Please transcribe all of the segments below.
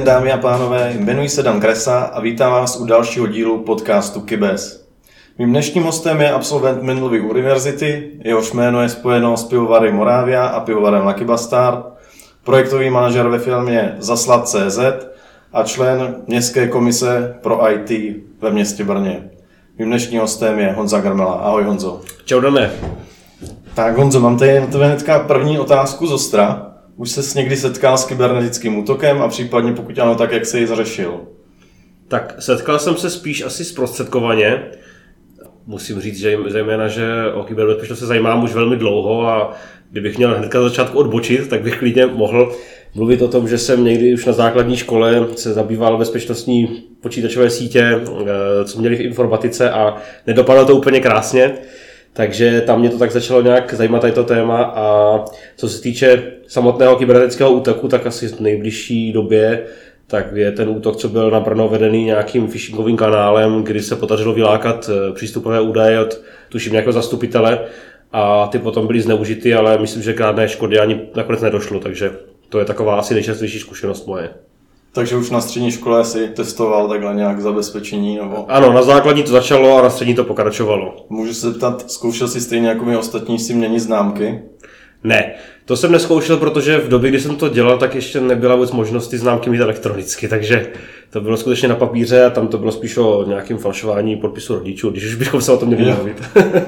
dámy a pánové, jmenuji se Dan Kresa a vítám vás u dalšího dílu podcastu Kybes. Mým dnešním hostem je absolvent Mendelovy univerzity, jehož jméno je spojeno s pivovary Moravia a pivovarem Lucky Bastard, projektový manažer ve firmě Zaslat.cz a člen městské komise pro IT ve městě Brně. Mým dnešním hostem je Honza Grmela. Ahoj Honzo. Čau Dané. Tak Honzo, mám tady na tebe hnedka první otázku z ostra. Už ses někdy setkal s kybernetickým útokem a případně pokud ano, tak jak se ji zařešil? Tak setkal jsem se spíš asi zprostředkovaně. Musím říct, že zejména, že o kyberbezpečnost se zajímám už velmi dlouho a kdybych měl hnedka na začátku odbočit, tak bych klidně mohl mluvit o tom, že jsem někdy už na základní škole se zabýval bezpečnostní počítačové sítě, co měli v informatice a nedopadlo to úplně krásně. Takže tam mě to tak začalo nějak zajímat tady to téma a co se týče samotného kybernetického útoku, tak asi v nejbližší době tak je ten útok, co byl na Brno vedený nějakým phishingovým kanálem, kdy se podařilo vylákat přístupové údaje od tuším nějakého zastupitele a ty potom byly zneužity, ale myslím, že k žádné škody ani nakonec nedošlo, takže to je taková asi nejčastější zkušenost moje. Takže už na střední škole si testoval takhle nějak zabezpečení? Nebo... Ano, na základní to začalo a na střední to pokračovalo. Můžu se zeptat, zkoušel jsi stejně jako my ostatní si měnit známky? Ne, to jsem neskoušel, protože v době, kdy jsem to dělal, tak ještě nebyla vůbec možnost ty známky mít elektronicky, takže to bylo skutečně na papíře a tam to bylo spíš o nějakém falšování podpisu rodičů, když už bychom se o tom měli bavit.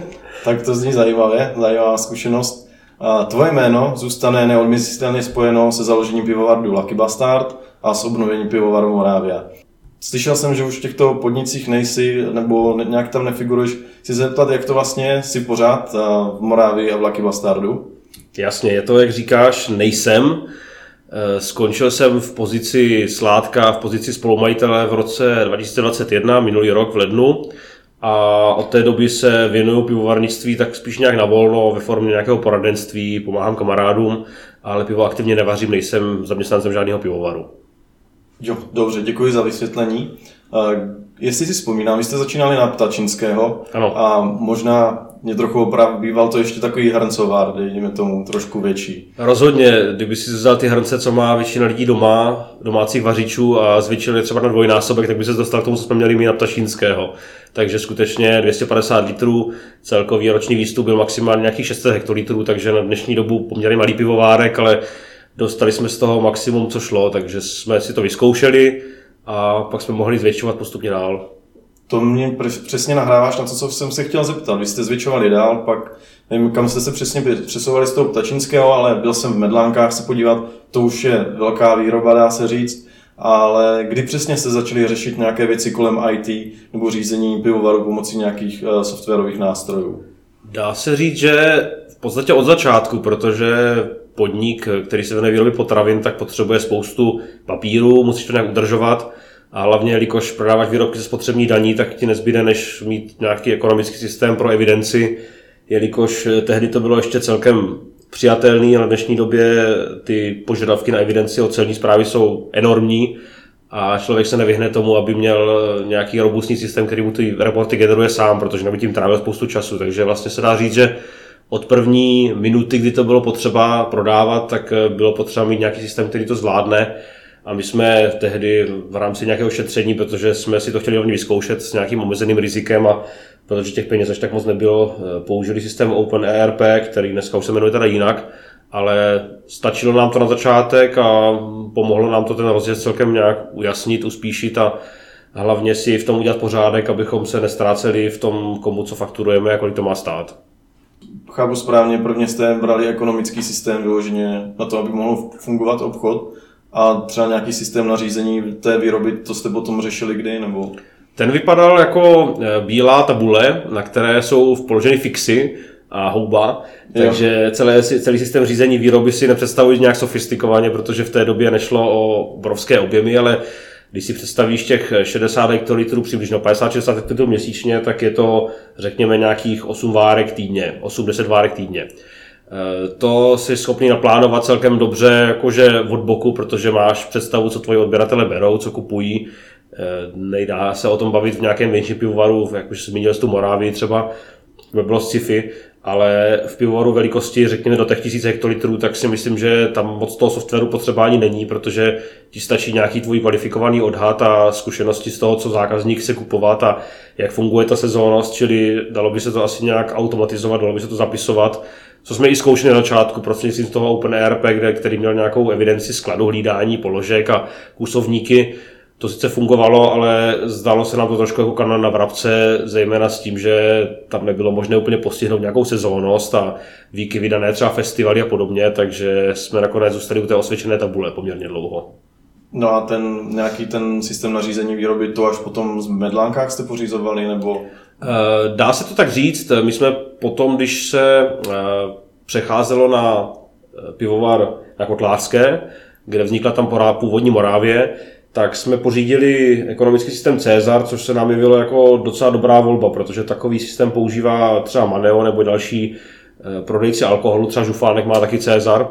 Tak to zní zajímavá zkušenost. A tvoje jméno zůstane neodmyslitelně spojeno se založením pivovaru Lucky Bastard a s obnovením pivovaru Moravia. Slyšel jsem, že už v těchto podnicích nejsi, nebo nějak tam nefiguruješ. Chci se zeptat, jak to vlastně si pořád v Moravii a v Lucky Bastardu? Jasně, je to, jak říkáš, nejsem. Skončil jsem v pozici sládka, v pozici spolumajitele v roce 2021, minulý rok v lednu. A od té doby se věnuju pivovarnictví tak spíš nějak na volno, ve formě nějakého poradenství, pomáhám kamarádům, ale pivo aktivně nevařím, nejsem zaměstnancem žádného pivovaru. Jo, dobře, děkuji za vysvětlení. Jestli si vzpomínám, vy jste začínali na Ptačinského. Ano. A možná mě trochu oprav, býval to ještě takový hrncovár, dejme tomu trošku větší. Rozhodně, kdyby si vzal ty hrnce, co má většina lidí doma, domácích vařičů a zvětšil je třeba na dvojnásobek, tak by se dostal k tomu, co jsme měli my na Ptačinského. Takže skutečně 250 litrů, celkový roční výstup byl maximálně nějakých 600 hektolitrů, takže na dnešní dobu poměrně malý pivovárek, ale dostali jsme z toho maximum, co šlo, takže jsme si to vyzkoušeli a pak jsme mohli zvětšovat postupně dál. To mě přesně nahráváš na to, co jsem se chtěl zeptat. Vy jste zvětšovali dál, pak nevím, kam jste se přesně přesouvali z toho Ptačinského, ale byl jsem v Medlánkách se podívat, to už je velká výroba, dá se říct, ale kdy přesně jste začali řešit nějaké věci kolem IT nebo řízení pivovaru pomocí nějakých softwarových nástrojů? Dá se říct, že v podstatě od začátku, protože podnik, který se věnuje výroby potravin, tak potřebuje spoustu papíru, musíš to nějak udržovat a hlavně, jelikož prodáváš výrobky ze spotřební daní, tak ti nezbyde, než mít nějaký ekonomický systém pro evidenci, jelikož tehdy to bylo ještě celkem přijatelný, ale v dnešní době ty požadavky na evidenci od celní správy jsou enormní a člověk se nevyhne tomu, aby měl nějaký robustní systém, který mu ty reporty generuje sám, protože nebude tím trávil spoustu času, takže vlastně se dá říct, že od první minuty, kdy to bylo potřeba prodávat, tak bylo potřeba mít nějaký systém, který to zvládne. A my jsme tehdy v rámci nějakého šetření, protože jsme si to chtěli hlavně vyzkoušet s nějakým omezeným rizikem a protože těch peněz až tak moc nebylo, použili systém OpenERP, který dneska už se jmenuje teda jinak, ale stačilo nám to na začátek a pomohlo nám to ten rozjezd celkem nějak ujasnit, uspíšit a hlavně si v tom udělat pořádek, abychom se nestráceli v tom, komu co fakturujeme a kolik to má stát. Chápu správně, prvně jste brali ekonomický systém vyloženě na to, aby mohl fungovat obchod a třeba nějaký systém na řízení té výroby, to jste potom řešili kdy, nebo? Ten vypadal jako bílá tabule, na které jsou položeny fixy a houba, takže celý systém řízení výroby si nepředstavuji nějak sofistikovaně, protože v té době nešlo o obrovské objemy, ale když si představíš těch 60 hektolitrů, přibližně 50-60 hektolitrů měsíčně, tak je to, řekněme, nějakých 8 várek týdně, 8-10 várek týdně. To jsi schopný naplánovat celkem dobře, jakože od boku, protože máš představu, co tvoji odběratele berou, co kupují. Nejdá se o tom bavit v nějakém větším pivovaru, jak už jsi zmínil z tu Morávii třeba, by bylo sci-fi, ale v pivovaru velikosti, řekněme do těch 1000 hektolitrů, tak si myslím, že tam moc toho softwaru potřeba ani není, protože ti stačí nějaký tvůj kvalifikovaný odhad a zkušenosti z toho, co zákazník chce kupovat a jak funguje ta sezónnost, čili dalo by se to asi nějak automatizovat, dalo by se to zapisovat, co jsme i zkoušeli na začátku prostřednictvím toho OpenERP, který měl nějakou evidenci skladu, hlídání položek a kusovníky. To sice fungovalo, ale zdalo se nám to trošku jako kanon na vrabce, zejména s tím, že tam nebylo možné úplně postihnout nějakou sezónnost a výky vydané třeba festivaly a podobně, takže jsme nakonec zůstali u té osvědčené tabule poměrně dlouho. No a nějaký ten systém nařízení výroby, to až potom v Medlánkách jste pořizovali, nebo? Dá se to tak říct. My jsme potom, když se přecházelo na pivovar na Kotlářské, kde vznikla tam původní Morávie, tak jsme pořídili ekonomický systém Cezar, což se nám jevilo jako docela dobrá volba, protože takový systém používá třeba Maneo nebo další prodejci alkoholu, třeba Žufánek má taky Cezar.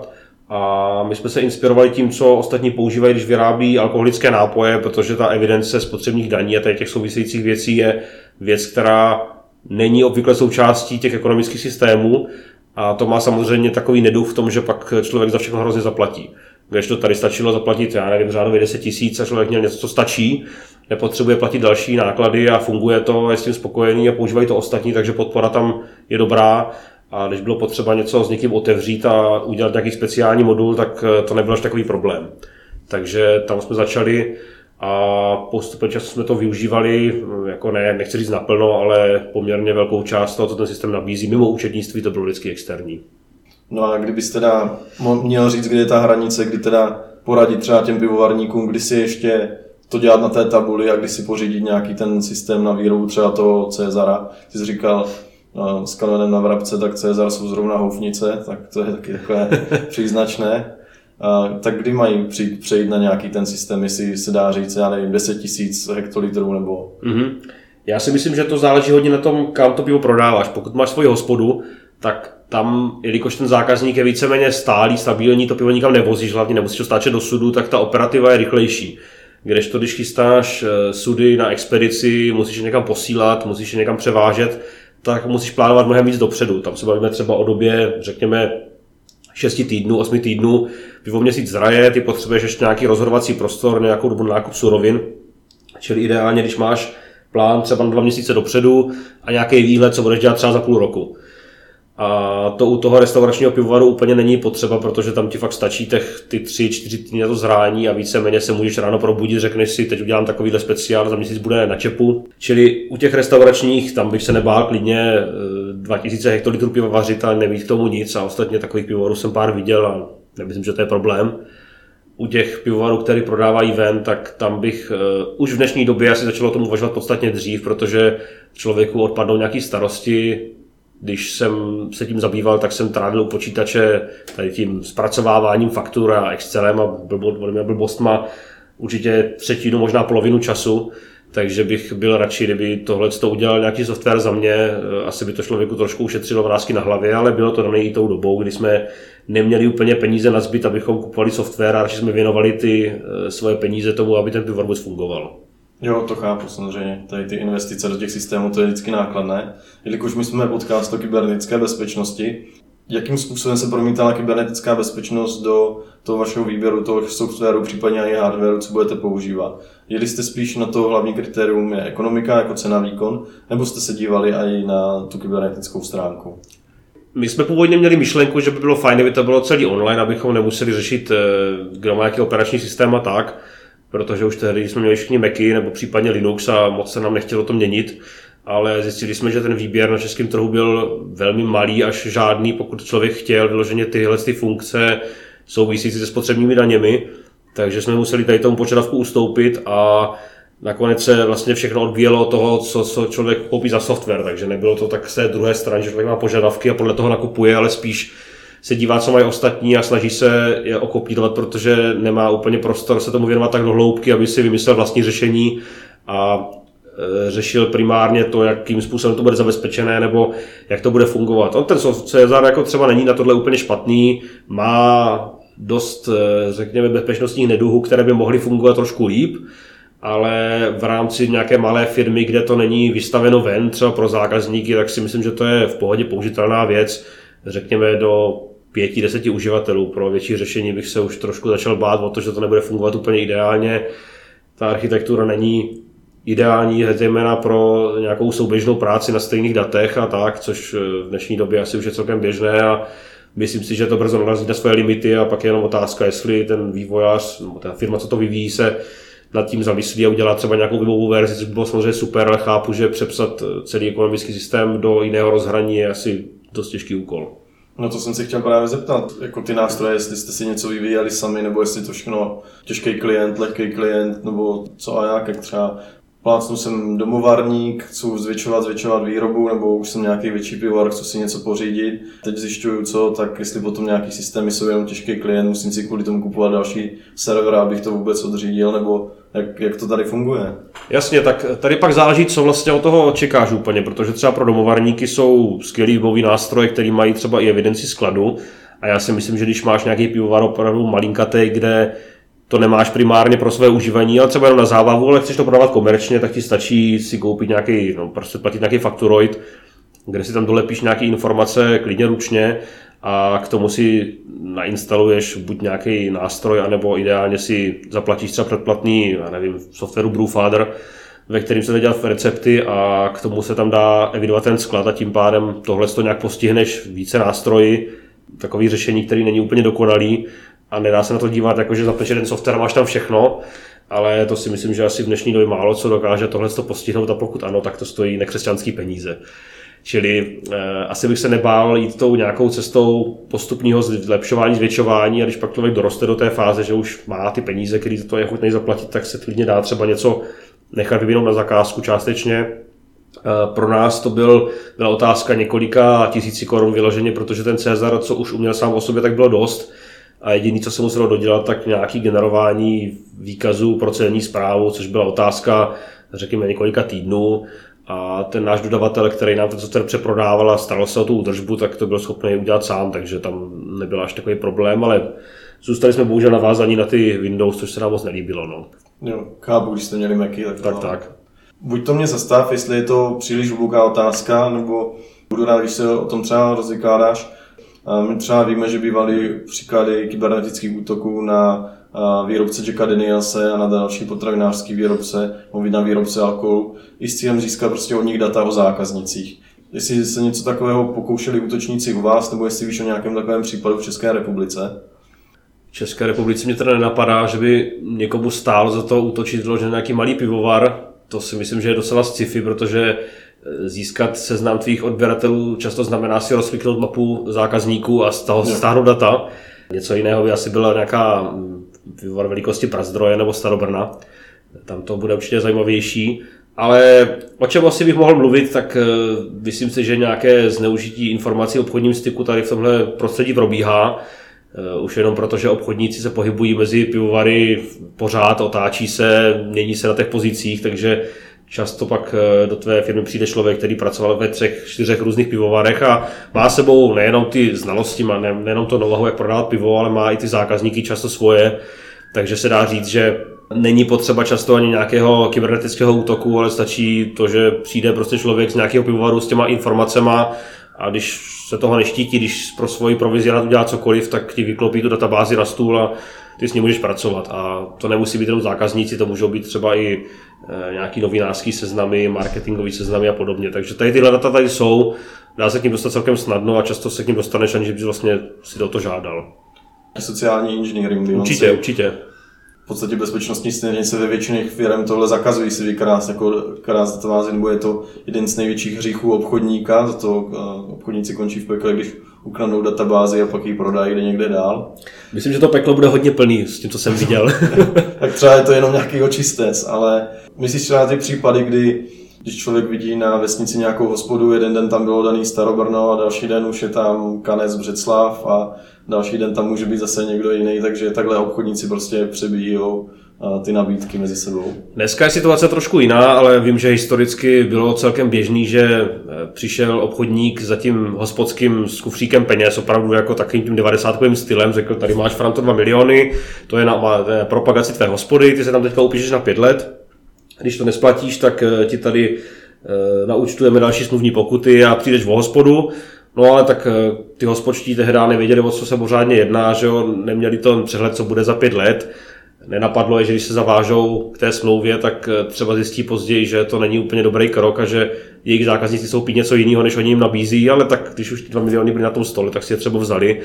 A my jsme se inspirovali tím, co ostatní používají, když vyrábí alkoholické nápoje, protože ta evidence spotřebních daní a těch souvisejících věcí je věc, která není obvykle součástí těch ekonomických systémů. A to má samozřejmě takový neduch v tom, že pak člověk za všechno hrozně zaplatí. Když to tady stačilo zaplatit, já nevím, řádově 10 000 a člověk měl něco, co stačí, nepotřebuje platit další náklady a funguje to, je s tím spokojený a používají to ostatní, takže podpora tam je dobrá. A když bylo potřeba něco s někým otevřít a udělat nějaký speciální modul, tak to nebyl až takový problém. Takže tam jsme začali a postupně času jsme to využívali, jako nechci říct naplno, ale poměrně velkou část toho, co ten systém nabízí. Mimo účetnictví to bylo vždycky externí. No a kdybyste teda měl říct, kde je ta hranice, kdy teda poradit třeba těm pivovarníkům, kdy si ještě to dělat na té tabuli a kdy si pořídit nějaký ten systém na výrobu třeba toho Cezara. Ty jsi říkal s kamenem na vrabce, tak Cezar jsou zrovna houfnice, tak to je taky takové příznačné. Tak kdy mají přejít na nějaký ten systém, jestli se dá říct, já nevím, 10 000 hektolitrů nebo... Já si myslím, že to záleží hodně na tom, kam to pivo prodáváš. Pokud máš svoji hospodu, tak tam, jelikož ten zákazník je víceméně stálý, stabilní, to pivo nikam nevozíš, hlavně nemusíš ho stáčet do sudu, tak ta operativa je rychlejší. Kdežto, když chystáš sudy na expedici, musíš je někam posílat, musíš je někam převážet, tak musíš plánovat mnohem víc dopředu. Tam se bavíme třeba o době, řekněme, 6 týdnů, 8 týdnů, pivo měsíc zraje, ty potřebuješ ještě nějaký rozhodovací prostor, nějakou dobu na nákup surovin, čili ideálně, když máš plán třeba na 2 měsíce dopředu a nějaký výhled, co budeš dělat třeba za půl roku. A to u toho restauračního pivovaru úplně není potřeba, protože tam ti fakt stačí ty 3-4 týdny na to zrání a víceméně se můžeš ráno probudit, řekneš si, teď udělám takovýhle speciál, za měsíc bude na čepu. Čili u těch restauračních, tam bych se nebál klidně 2000 hektolitrů piva vařit a nemít k tomu nic a ostatně takových pivovarů jsem pár viděl a nemyslím, že to je problém. U těch pivovarů, který prodávají ven, tak tam bych už v dnešní době asi začalo tomu uvažovat podstatně dřív, protože člověku odpadnou nějaké starosti. Když jsem se tím zabýval, tak jsem trávil u počítače tady tím zpracováváním faktur a Excelem a blbostma určitě třetinu, možná polovinu času, takže bych byl radši, kdyby tohle udělal nějaký software za mě, asi by to člověku trošku ušetřilo vrásky na hlavě, ale bylo to dané i tou dobou, kdy jsme neměli úplně peníze na zbyt, abychom kupovali software a radši jsme věnovali ty svoje peníze tomu, aby ten pivovar vůbec fungoval. Jo, to chápu samozřejmě. Tady ty investice do těch systémů, to je vždycky nákladné. Jelikož my jsme podcast o kybernetické bezpečnosti, jakým způsobem se promítala kybernetická bezpečnost do toho vašeho výběru, toho softwaru, případně i hardwareu, co budete používat? Jeli jste spíš na to hlavní kritérium je ekonomika, jako cena výkon, nebo jste se dívali i na tu kybernetickou stránku? My jsme původně měli myšlenku, že by bylo fajn, kdyby to bylo celý online, abychom nemuseli řešit, kdo má jaký operační systém a tak, protože už tehdy jsme měli všichni Macy nebo případně Linux a moc se nám nechtělo to měnit, ale zjistili jsme, že ten výběr na českém trhu byl velmi malý až žádný, pokud člověk chtěl vyloženě tyhle funkce související se spotřebními daněmi, takže jsme museli tady tomu požadavku ustoupit a nakonec se vlastně všechno odvíjelo od toho, co člověk koupí za software, takže nebylo to tak z té druhé strany, že člověk má požadavky a podle toho nakupuje, ale spíš se dívá, co mají ostatní a snaží se je okopírovat, protože nemá úplně prostor se tomu věnovat tak do hloubky, aby si vymyslel vlastní řešení a řešil primárně to, jakým způsobem to bude zabezpečené nebo jak to bude fungovat. On ten Cezar jako třeba není na tohle úplně špatný, má dost, řekněme, bezpečnostních neduhů, které by mohly fungovat trošku líp, ale v rámci nějaké malé firmy, kde to není vystaveno ven, třeba pro zákazníky, tak si myslím, že to je v pohodě použitelná věc, řekněme do 5-10 uživatelů. Pro větší řešení bych se už trošku začal bát o to, že to nebude fungovat úplně ideálně. Ta architektura není ideální, zejména pro nějakou souběžnou práci na stejných datech a tak, což v dnešní době asi už je celkem běžné a myslím si, že to brzo narazí na své limity a pak je jenom otázka, jestli ten vývojář, nebo ta firma, co to vyvíjí, se nad tím zamyslí a udělá třeba nějakou webovou verzi, což by bylo samozřejmě super, ale chápu, že přepsat celý ekonomický systém do jiného rozhraní je asi dost těžký úkol. No to jsem si chtěl právě zeptat, jako ty nástroje, jestli jste si něco vyvíjeli sami, nebo jestli to všechno těžký klient, lehký klient, nebo co a jak třeba plácnu jsem domovarník, chci zvětšovat výrobu, nebo už jsem nějaký větší pivovar, chci si něco pořídit. Teď zjišťuju co, tak jestli potom nějaký systémy jsou jenom těžký klient, musím si kvůli tomu kupovat další server, abych to vůbec odřídil, nebo jak to tady funguje. Jasně, tak tady pak záleží, co vlastně od toho čekáš úplně, protože třeba pro domovarníky jsou skvělý webový nástroje, který mají třeba i evidenci skladu a já si myslím, že když máš nějaký pivovar opravdu malinkatej, kde to nemáš primárně pro své užívání, ale třeba jenom na zábavu, ale chceš to prodávat komerčně, tak ti stačí si koupit nějaký, prostě platit nějaký fakturoid, kde si tam dolepíš nějaké informace klidně ručně a k tomu si nainstaluješ buď nějaký nástroj, anebo ideálně si zaplatíš třeba předplatný, já nevím, softwaru Brewfather, ve kterým se dá dělat recepty a k tomu se tam dá evidovat ten sklad a tím pádem tohle to nějak postihneš více nástroji, takový řešení, který není úplně dokonalý a nedá se na to dívat, jakože zapneš jeden software a máš tam všechno, ale to si myslím, že asi v dnešní době málo co dokáže tohle to postihnout a pokud ano, tak to stojí nekřesťanský peníze. Čili asi bych se nebál jít tou nějakou cestou postupného zlepšování, zvětšování a když pak člověk doroste do té fáze, že už má ty peníze, které to je chuť nezaplatit, tak se klidně dá třeba něco nechat vyvinout na zakázku částečně. Pro nás to byla otázka několika tisíci korun vyloženě, protože ten Cezar, co už uměl sám o sobě, tak bylo dost. A jediné, co se muselo dodělat, tak nějaký generování výkazů pro celní správu, což byla otázka, řekněme, několika týdnů. A ten náš dodavatel, který nám ten software přeprodával a staral se o tu údržbu, tak to byl schopný udělat sám, takže tam nebyl až takový problém, ale zůstali jsme bohužel navázaní na ty Windows, což se nám moc nelíbilo. No. Jo, chápu, když jste měli Macy, tak. Buď to mě zastav, jestli je to příliš hluboká otázka, nebo budu rád, když se o tom třeba rozvykládáš. My třeba víme, že bývaly příklady kybernetických útoků na výrobce Jacka Danielse a na další potravinářský výrobce, na výrobce alkoholu, i s cílem získat prostě od nich data o zákaznicích. Jestli se něco takového pokoušeli útočníci u vás, nebo jestli víš o nějakém takovém případu v České republice? V České republice mě teda nenapadá, že by někomu stálo za to útočit vyložený nějaký malý pivovar. To si myslím, že je docela sci-fi, protože získat seznam tvých odběratelů často znamená si rozkliknout mapu zákazníků a z toho stáhnout data. Něco jiného by asi byla nějaká pivovar velikosti Prazdroje nebo Starobrna. Tam to bude určitě zajímavější. Ale o čem asi bych mohl mluvit, tak myslím si, že nějaké zneužití informací v obchodním styku tady v tomhle prostředí probíhá. Už jenom proto, že obchodníci se pohybují mezi pivovary pořád, otáčí se, mění se na těch pozicích, takže často pak do tvé firmy přijde člověk, který pracoval ve 3-4 různých pivovarech a má sebou nejenom ty znalosti, nejenom to know-how, jak prodávat pivo, ale má i ty zákazníky často svoje, takže se dá říct, že není potřeba často ani nějakého kybernetického útoku, ale stačí to, že přijde prostě člověk z nějakého pivovaru s těma informacema a když se toho neštítí, když pro svoji provizi rád udělá cokoliv, tak ti vyklopí tu databázi na stůl a ty s ní můžeš pracovat. A to nemusí být jenom zákazníci, to můžou být třeba i nějaký novinářský seznamy, marketingový seznamy a podobně. Takže tady tyhle data tady jsou, dá se k ním dostat celkem snadno a často se k ním dostaneš, aniž bys vlastně si to žádal. Sociální inženýring. Určitě. V podstatě bezpečnostní směrnice ve většině firm tohle zakazují si vykrást databázi, nebo je to jeden z největších hříchů obchodníka, za to obchodníci končí v pekle, když ukradnou databázi a pak ji prodají jde někde dál. Myslím, že to peklo bude hodně plný s tím, co jsem viděl. Tak třeba je to jenom nějaký očistec, ale myslíš třeba ty případy, když člověk vidí na vesnici nějakou hospodu, jeden den tam bylo daný Starobrno a další den už je tam Kanec Břeclav a další den tam může být zase někdo jiný, takže takhle obchodníci prostě přebíjou ty nabídky mezi sebou. Dneska je situace trošku jiná, ale vím, že historicky bylo celkem běžný, že přišel obchodník za tím hospodským s kufříkem peněz, opravdu jako takovým tím 90kovým stylem, řekl, tady máš Franto 2 miliony, to je na propagaci tvé hospody, ty se tam teďka upíšeš na 5 let Když to nesplatíš, tak ti tady naúčtujeme další smluvní pokuty a přijdeš o hospodu. No ale tak ty hospodští tehdy nevěděli, o co se pořádně jedná, že jo, neměli to přehled, co bude za 5 let. Nenapadlo je, že když se zavážou k té smlouvě, tak třeba zjistí později, že to není úplně dobrý krok a že jejich zákazníci jsou pít něco jiného, než oni jim nabízí, ale tak když už 2 miliony byly na tom stole, tak si je třeba vzali.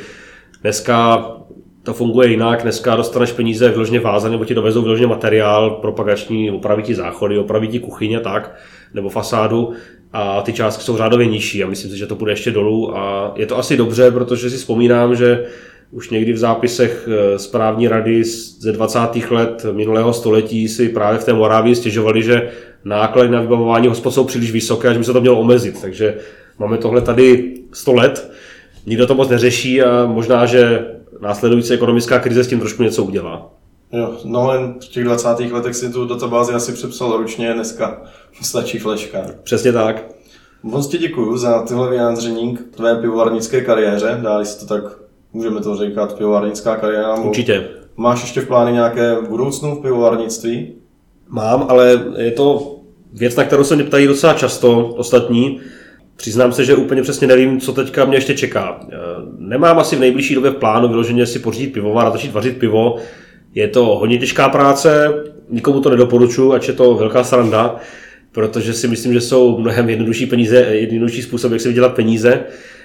Dneska to funguje jinak, dneska dostaneš peníze vyloženě vázané, nebo ti dovezou vyloženě materiál propagační, opraví ti záchody, opraví ti kuchyně tak, nebo fasádu a ty částky jsou řádově nižší a myslím si, že to bude ještě dolů a je to asi dobře, protože si vzpomínám, že už někdy v zápisech správní rady ze 20. let minulého století si právě v té Morávii stěžovali, že náklady na vybavování hospod jsou příliš vysoké a že by se to mělo omezit. Takže máme tohle tady 100 let, nikdo to moc neřeší a možná, že následující ekonomická krize s tím trošku něco udělá. Jo, no jen v těch 20. letech si tu databázi asi přepsal ručně, dneska stačí fleška. Přesně tak. Moc ti děkuju za tyhle vyjádření k tvé pivovarnické kariéře, dá se to tak, můžeme to říkat, pivovarnická kariéra. Určitě. Máš ještě v plány nějaké budoucnu v pivovarnictví? Mám, ale je to věc, na kterou se mě ptají docela často ostatní. Přiznám se, že úplně přesně nevím, co teďka mě ještě čeká. Nemám asi v nejbližší době v plánu vyloženě si pořídit pivovar a začít vařit pivo. Je to hodně těžká práce, nikomu to nedoporučuji, ač je to velká sranda, protože si myslím, že jsou mnohem jednodušší způsob, jak si vydělat peníze.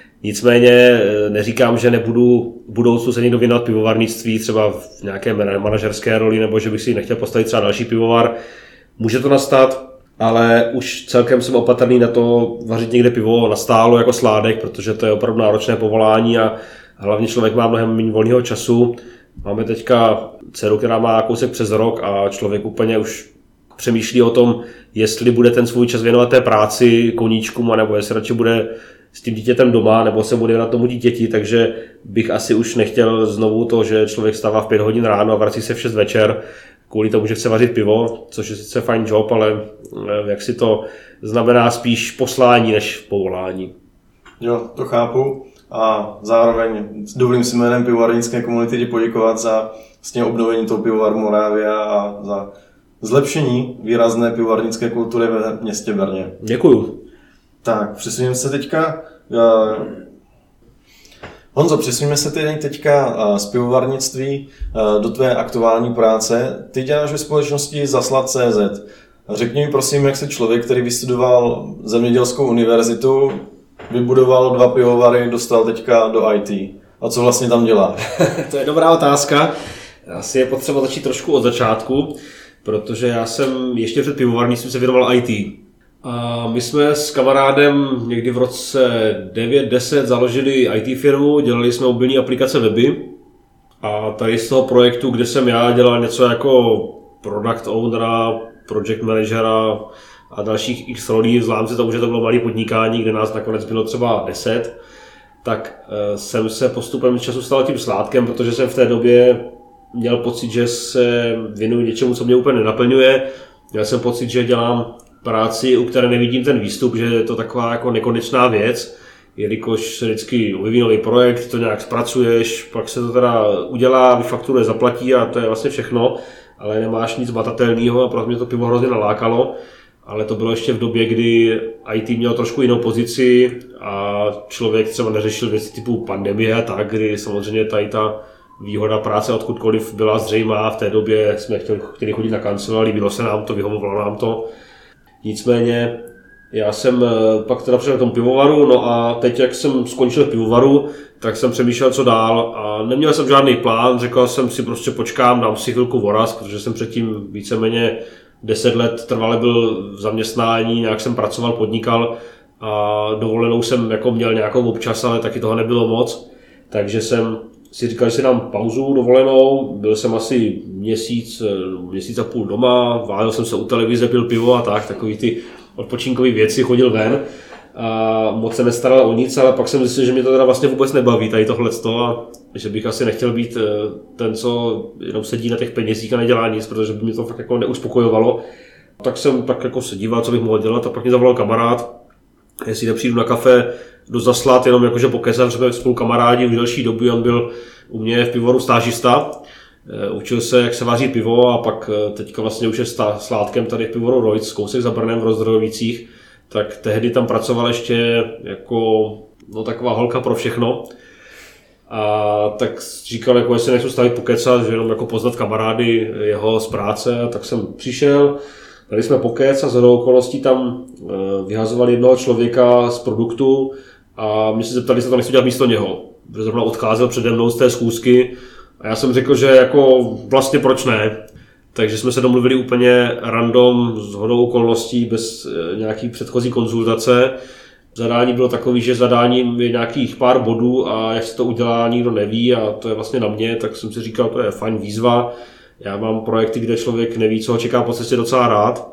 Nicméně neříkám, že nebudu v budoucnu se někdo věnovat pivovarnictví, třeba v nějaké manažerské roli, nebo že bych si nechtěl postavit třeba další pivovar. Může to nastat, ale už celkem jsem opatrný na to vařit někde pivo nastálo jako sládek, protože to je opravdu náročné povolání a hlavně člověk má mnohem méně volného času. Máme teďka dceru, která má kousek přes rok a člověk úplně už přemýšlí o tom, jestli bude ten svůj čas věnovat té práci, koníčkům, nebo jestli radši bude s tím dítětem doma, nebo se bude věnovat tomu dítěti, takže bych asi už nechtěl znovu to, že člověk stává v 5 hodin ráno a vrací se v 6 večer, kvůli tomu, že chce vařit pivo, což je sice fajn job, ale jak si to znamená spíš poslání než povolání. Jo, to chápu a zároveň dovolím si jménem pivovarnické komunity ti poděkovat za vlastně obnovení toho pivovaru Moravia a za zlepšení výrazné pivovarnické kultury ve městě Brně. Děkuju. Tak, přesuneme se teďka. Honzo, přesuneme se teďka z pivovarnictví do tvé aktuální práce. Ty děláš ve společnosti Zaslad.cz. Řekni mi prosím, jak se člověk, který vystudoval zemědělskou univerzitu, vybudoval 2 pivovary, dostal teďka do IT. A co vlastně tam dělá? To je dobrá otázka. Asi je potřeba začít trošku od začátku, protože já jsem ještě před pivovarnictvím se věnoval IT. A my jsme s kamarádem někdy v roce 9-10 založili IT firmu, dělali jsme mobilní aplikace weby a tady z toho projektu, kde jsem já dělal něco jako product ownera, project managera a dalších x rolí, vzhledem se tomu, že to bylo malé podnikání, kde nás nakonec bylo třeba 10, tak jsem se postupem času stal tím sládkem, protože jsem v té době měl pocit, že se věnuju něčemu, co mě úplně nenaplňuje. Měl jsem pocit, že dělám práci, u které nevidím ten výstup, že je to taková jako nekonečná věc, jelikož se vždycky vyvíjí nový projekt, to nějak zpracuješ, pak se to teda udělá, vyfakturuje, zaplatí a to je vlastně všechno, ale nemáš nic batatelného a proto mě to pivo hrozně nalákalo, ale to bylo ještě v době, kdy IT měl trošku jinou pozici a člověk třeba neřešil věci typu pandemie a tak, kdy samozřejmě tady ta výhoda práce odkudkoliv byla zřejmá, v té době jsme chtěli chodit na kancel, líbilo se nám to, vyhovovalo nám to. Nicméně já jsem pak teda přišel k tomu pivovaru, no a teď jak jsem skončil v pivovaru, tak jsem přemýšlel co dál a neměl jsem žádný plán, řekl jsem si prostě počkám, dám si chvilku voraz, protože jsem předtím víceméně 10 let trvale byl v zaměstnání, nějak jsem pracoval, podnikal a dovolenou jsem jako měl nějakou občas, ale taky toho nebylo moc, takže jsem si říkal, že si dám pauzu dovolenou, byl jsem asi měsíc a půl doma, vážil jsem se u televize, pil pivo a tak, takový ty odpočinkové věci, chodil ven a moc se nestaral o nic, ale pak jsem zjistil, že mě to teda vlastně vůbec nebaví, tady tohleto a že bych asi nechtěl být ten, co jenom sedí na těch penězích a nedělá nic, protože by mě to fakt jako neuspokojovalo. Tak jsem tak jako se díval, co bych mohl dělat a pak mě zavolal kamarád, jestli nepřijdu na kafe do Zaslad, jenom jakože pokecat, jsme spolu kamarádi v delší doby, on byl u mě v pivovaru stážista, Učil se, jak se vaří pivo a pak teďka vlastně už je sládkem tady v pivovaru Rojc, kousek za Brnem v Rozdrojovicích. Tak tehdy tam pracoval ještě jako taková holka pro všechno. A tak říkal, jako jestli nechci stavit pokecat, že jenom jako poznat kamarády jeho z práce, tak jsem přišel. Tady jsme pokec a za okolností tam vyhazovali jednoho člověka z produktu a mě se zeptali, jestli to nechci dělat místo něho. Protože zrovna odcházel přede mnou z té schůzky a já jsem řekl, že jako vlastně proč ne. Takže jsme se domluvili úplně random, s hodou okolností, bez nějaký předchozí konzultace. Zadání bylo takový, že zadáním je nějakých pár bodů a jak se to udělá, nikdo neví a to je vlastně na mě, tak jsem si říkal, to je fajn výzva. Já mám projekty, kde člověk neví, co ho čeká po cestě, docela rád.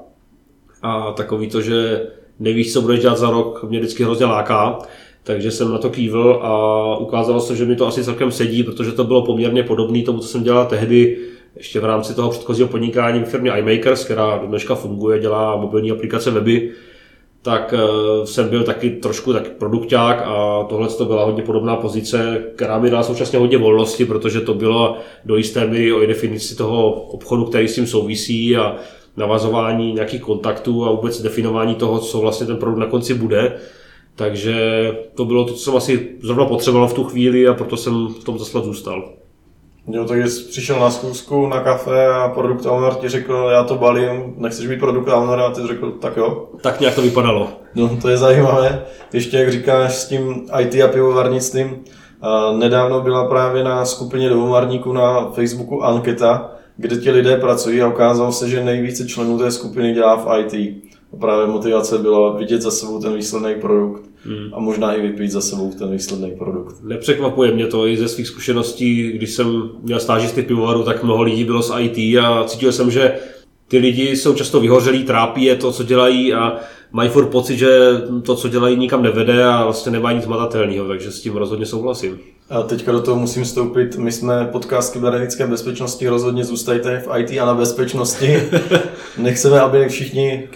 A takový to, že nevíš, co budeš dělat za rok, mě vždycky hrozně láká. Takže jsem na to kývl a ukázalo se, že mi to asi celkem sedí, protože to bylo poměrně podobné tomu, co jsem dělal tehdy ještě v rámci toho předchozího podnikání v firmě iMakers, která do dneška funguje, dělá mobilní aplikace weby. Tak jsem byl taky trošku tak produkťák a tohle to byla hodně podobná pozice, která mi dala současně hodně volnosti, protože to bylo do jisté míry o definici toho obchodu, který s tím souvisí a navazování nějakých kontaktů a vůbec definování toho, co vlastně ten produkt na konci bude. Takže to bylo to, co jsem asi zrovna potřeboval v tu chvíli a proto jsem v tom zasled zůstal. Jo, takže jsi přišel na schůzku, na kafe a produkt owner ti řekl, já to balím, nechceš být produkt owner a ty jsi řekl, tak jo. Tak nějak to vypadalo. No, to je zajímavé. Ještě jak říkáš s tím IT a pivovarnictvím, nedávno byla právě na skupině pivovarníků na Facebooku anketa, kde ti lidé pracují a ukázalo se, že nejvíce členů té skupiny dělá v IT. A právě motivace byla vidět za sebou ten výsledný produkt a možná i vypít za sebou ten výsledný produkt. Nepřekvapuje mě to i ze svých zkušeností, když jsem měl stážisty pivovaru, tak mnoho lidí bylo z IT a cítil jsem, že ty lidi jsou často vyhořelí, trápí je to, co dělají a mají furt pocit, že to, co dělají, nikam nevede a vlastně nemají nic hmatatelného, takže s tím rozhodně souhlasím. A teďka do toho musím vstoupit. My jsme podcast kybernetické bezpečnosti, rozhodně zůstajte v IT a na bezpečnosti. Nechceme, aby všichni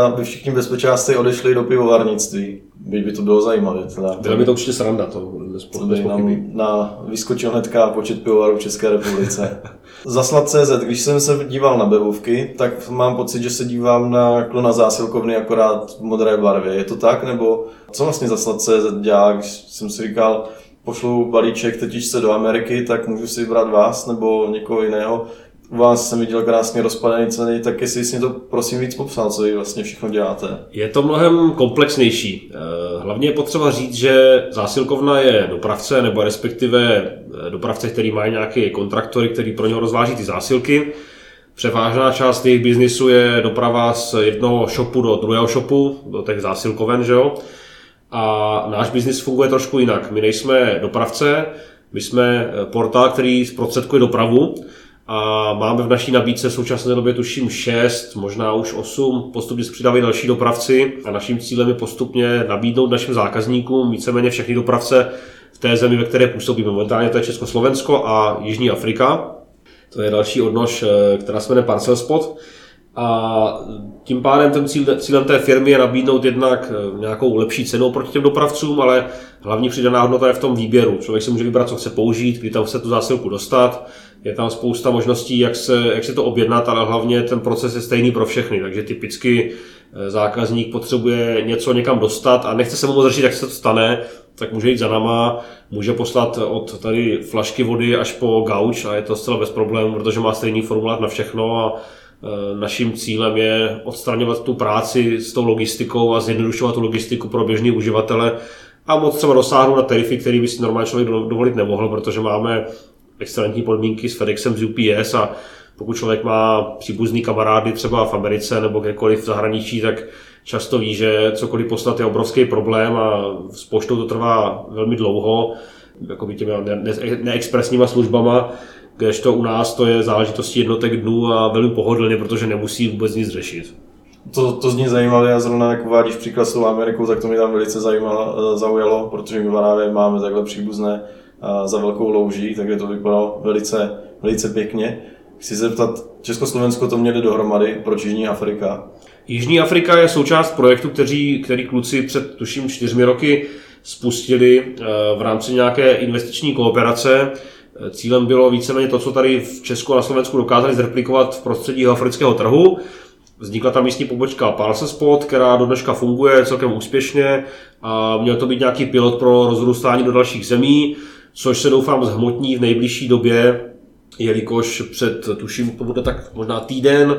bezpečáci odešli do pivovarnictví. By to bylo zajímavé. Byla by to určitě sranda. To by nám vyskočil hnedka počet pivovarů v České republice. Zaslat.cz, když jsem se díval na webovky, tak mám pocit, že se dívám na klona zásilkovny akorát v modré barvě. Je to tak? Nebo co vlastně Zaslat.cz dělá, když jsem si říkal, pošlu balíček tetičce do Ameriky, tak můžu si vybrat vás nebo někoho jiného. U vás jsem viděl krásně rozpadaný ceny, tak jestli jsi to prosím víc popsal, co vy vlastně všechno děláte. Je to mnohem komplexnější. Hlavně je potřeba říct, že zásilkovna je dopravce, nebo respektive dopravce, který má nějaké kontraktory, který pro něho rozváží ty zásilky. Převážná část jejich biznisu je doprava z jednoho shopu do druhého shopu, do těch zásilkoven, že jo. A náš biznis funguje trošku jinak. My nejsme dopravce, my jsme portál, který zprostředkuje dopravu a máme v naší nabídce v současné době tuším 6, možná už 8, postupně se přidávají další dopravci a naším cílem je postupně nabídnout našim zákazníkům víceméně všechny dopravce v té zemi, ve které působíme. Momentálně to je Československo a Jižní Afrika. To je další odnož, která se jmenuje Parcelspot. A tím pádem ten cílem té firmy je nabídnout jednak nějakou lepší cenu proti těm dopravcům, ale hlavní přidaná hodnota je v tom výběru. Člověk si může vybrat, co chce použít, kdy tam chce tu zásilku dostat. Je tam spousta možností, jak se to objednat, ale hlavně ten proces je stejný pro všechny. Takže typicky zákazník potřebuje něco někam dostat a nechce se mu moc řešit, jak se to stane, tak může jít za náma, může poslat od tady flašky vody až po gauč a je to zcela bez problémů, protože má stejný formulár na všechno a naším cílem je odstraňovat tu práci s tou logistikou a zjednodušovat tu logistiku pro běžný uživatele a moc třeba dosáhnout na tarify, který by si normálně člověk dovolit nemohl, protože máme excelentní podmínky s FedExem, z UPS a pokud člověk má příbuzný kamarády třeba v Americe nebo kdekoliv v zahraničí, tak často ví, že cokoliv poslat je obrovský problém a s poštou to trvá velmi dlouho, jakoby těmi neexpresníma službama, kdežto u nás to je záležitostí jednotek dnů a velmi pohodlně, protože nemusí vůbec nic řešit. To zní zajímavé a zrovna jak uvádíš příklad s tou Amerikou, tak to mi tam velice zaujalo, protože my v Varávě máme takhle příbuzné za velkou louží, takže to vypadalo velice pěkně. Chci se zeptat, Československo to měli dohromady, proč Jižní Afrika? Jižní Afrika je součást projektu, který kluci před tuším 4 roky spustili v rámci nějaké investiční kooperace. Cílem bylo víceméně to, co tady v Česku a na Slovensku dokázali zreplikovat v prostředí afrického trhu. Vznikla tam místní pobočka Parcel Spot, která do dneška funguje celkem úspěšně a měl to být nějaký pilot pro rozrůstání do dalších zemí, což se doufám zhmotní v nejbližší době, jelikož tuším, to bude tak možná týden,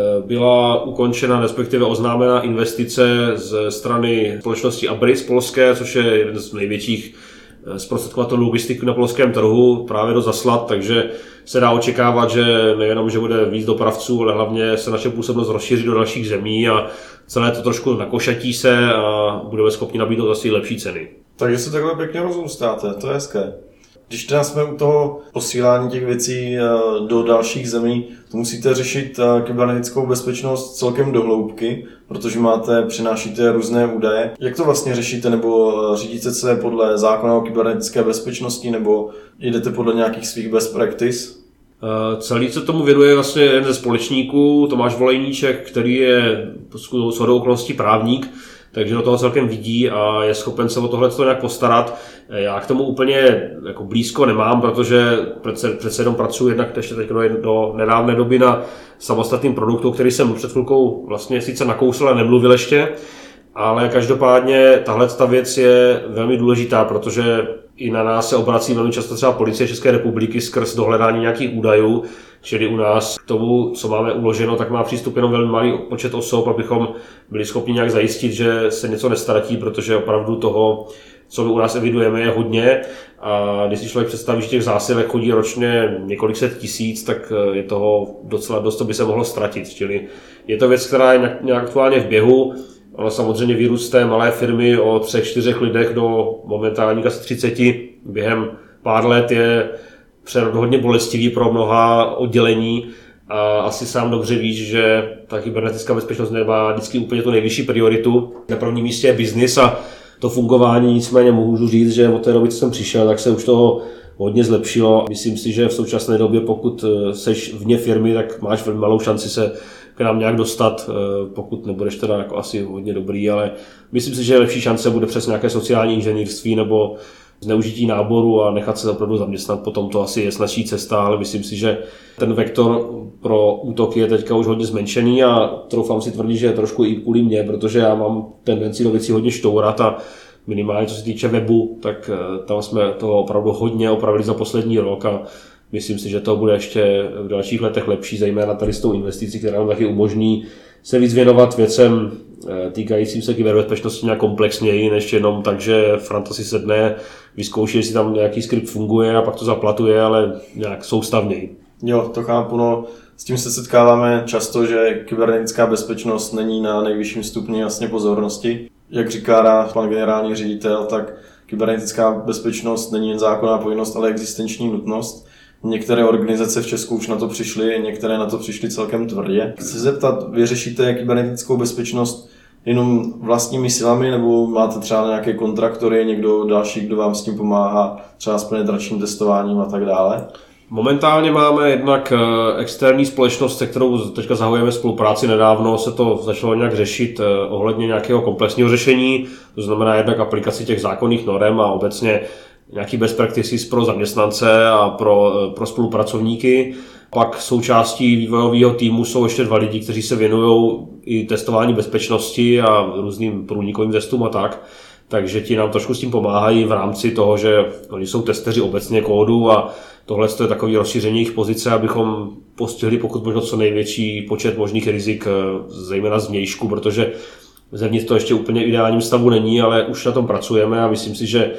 byla ukončena, respektive oznámena investice ze strany společnosti Abris polské, což je jeden z největších zprostředkovatelů logistiky na polském trhu, právě do Zaslat, takže se dá očekávat, že nejenom, že bude víc dopravců, ale hlavně se naše působnost rozšíří do dalších zemí a celé to trošku nakošatí se a budeme schopni nabídnout asi lepší ceny. Takže se takhle pěkně rozrůstáte, to je hezké. Když teda jsme u toho posílání těch věcí do dalších zemí, to musíte řešit kybernetickou bezpečnost celkem do hloubky, protože přinášíte různé údaje. Jak to vlastně řešíte, nebo řídíte se podle zákona o kybernetické bezpečnosti, nebo jdete podle nějakých svých best practice? Celý se tomu věnuje vlastně jeden ze společníků, Tomáš Volejníček, který je shodou okolností právník, takže do toho celkem vidí a je schopen se o tohle nějak postarat. Já k tomu úplně jako blízko nemám, protože přece jenom pracuji jednak ještě teď do nedávné doby na samostatným produktu, který jsem před chvilkou vlastně sice nakousl a nemluvil ještě, ale každopádně tahle věc je velmi důležitá, protože i na nás se obrací velmi často třeba Policie České republiky skrz dohledání nějakých údajů, čili u nás k tomu, co máme uloženo, tak má přístup jenom velmi malý počet osob, abychom byli schopni nějak zajistit, že se něco nestratí, protože opravdu toho, co my u nás evidujeme, je hodně a když si člověk představí, že těch zásilek chodí ročně několik set tisíc, tak je toho docela dost, co by se mohlo ztratit. Čili je to věc, která je nějak aktuálně v běhu. Ono samozřejmě vyrůst té malé firmy o 3-4 lidech do momentálních asi 30 během pár let je přerod hodně bolestivý pro mnoha oddělení a asi sám dobře víš, že ta kybernetická bezpečnost nemá vždycky úplně tu nejvyšší prioritu. Na prvním místě je biznis a to fungování, nicméně můžu říct, že od té doby, co jsem přišel, tak se už toho hodně zlepšilo. Myslím si, že v současné době, pokud seš vně firmy, tak máš velmi malou šanci se k nám nějak dostat, pokud nebudeš teda jako asi hodně dobrý, ale myslím si, že lepší šance bude přes nějaké sociální inženýrství nebo zneužití náboru a nechat se opravdu zaměstnat, potom to asi je snazší cesta, ale myslím si, že ten vektor pro útoky je teďka už hodně zmenšený a troufám si tvrdit, že je trošku i kvůli mě, protože já mám tendenci do věcí hodně štourat a minimálně co se týče webu, tak tam jsme toho opravdu hodně opravili za poslední rok a myslím si, že to bude ještě v dalších letech lepší, zejména tady s tou investicí, která nám taky umožní se víc věnovat věcem týkajícím se kyberbezpečnosti nějak komplexněji, než jenom tak, že Franta si sedne, vyzkouší, jestli tam nějaký skript funguje a pak to zaplatuje, ale nějak soustavněji. Jo, to chápu, no. S tím se setkáváme často, že kybernetická bezpečnost není na nejvyšším stupni jasně pozornosti. Jak říká pan generální ředitel, tak kybernetická bezpečnost není jen zákonná povinnost, ale existenční nutnost. Některé organizace v Česku už na to přišly, některé na to přišly celkem tvrdě. Chci se zeptat, vy řešíte kybernetickou bezpečnost jenom vlastními silami, nebo máte třeba nějaké kontraktory, někdo další, kdo vám s tím pomáhá, třeba s penetračním testováním a tak dále? Momentálně máme jednak externí společnost, se kterou teďka zahajujeme spolupráci. Nedávno se to začalo nějak řešit ohledně nějakého komplexního řešení, to znamená jednak aplikaci těch zákonných norem a obecně nějaký best practices pro zaměstnance a pro spolupracovníky. Pak součástí vývojového týmu jsou ještě 2 lidi, kteří se věnují i testování bezpečnosti a různým průnikovým testům a tak. Takže ti nám trošku s tím pomáhají v rámci toho, že oni jsou testeři obecně kódu a tohle je takové rozšíření jejich pozice, abychom postihli pokud možno co největší počet možných rizik, zejména z vnějšku, protože zevnitř to ještě úplně v ideálním stavu není, ale už na tom pracujeme a myslím si, že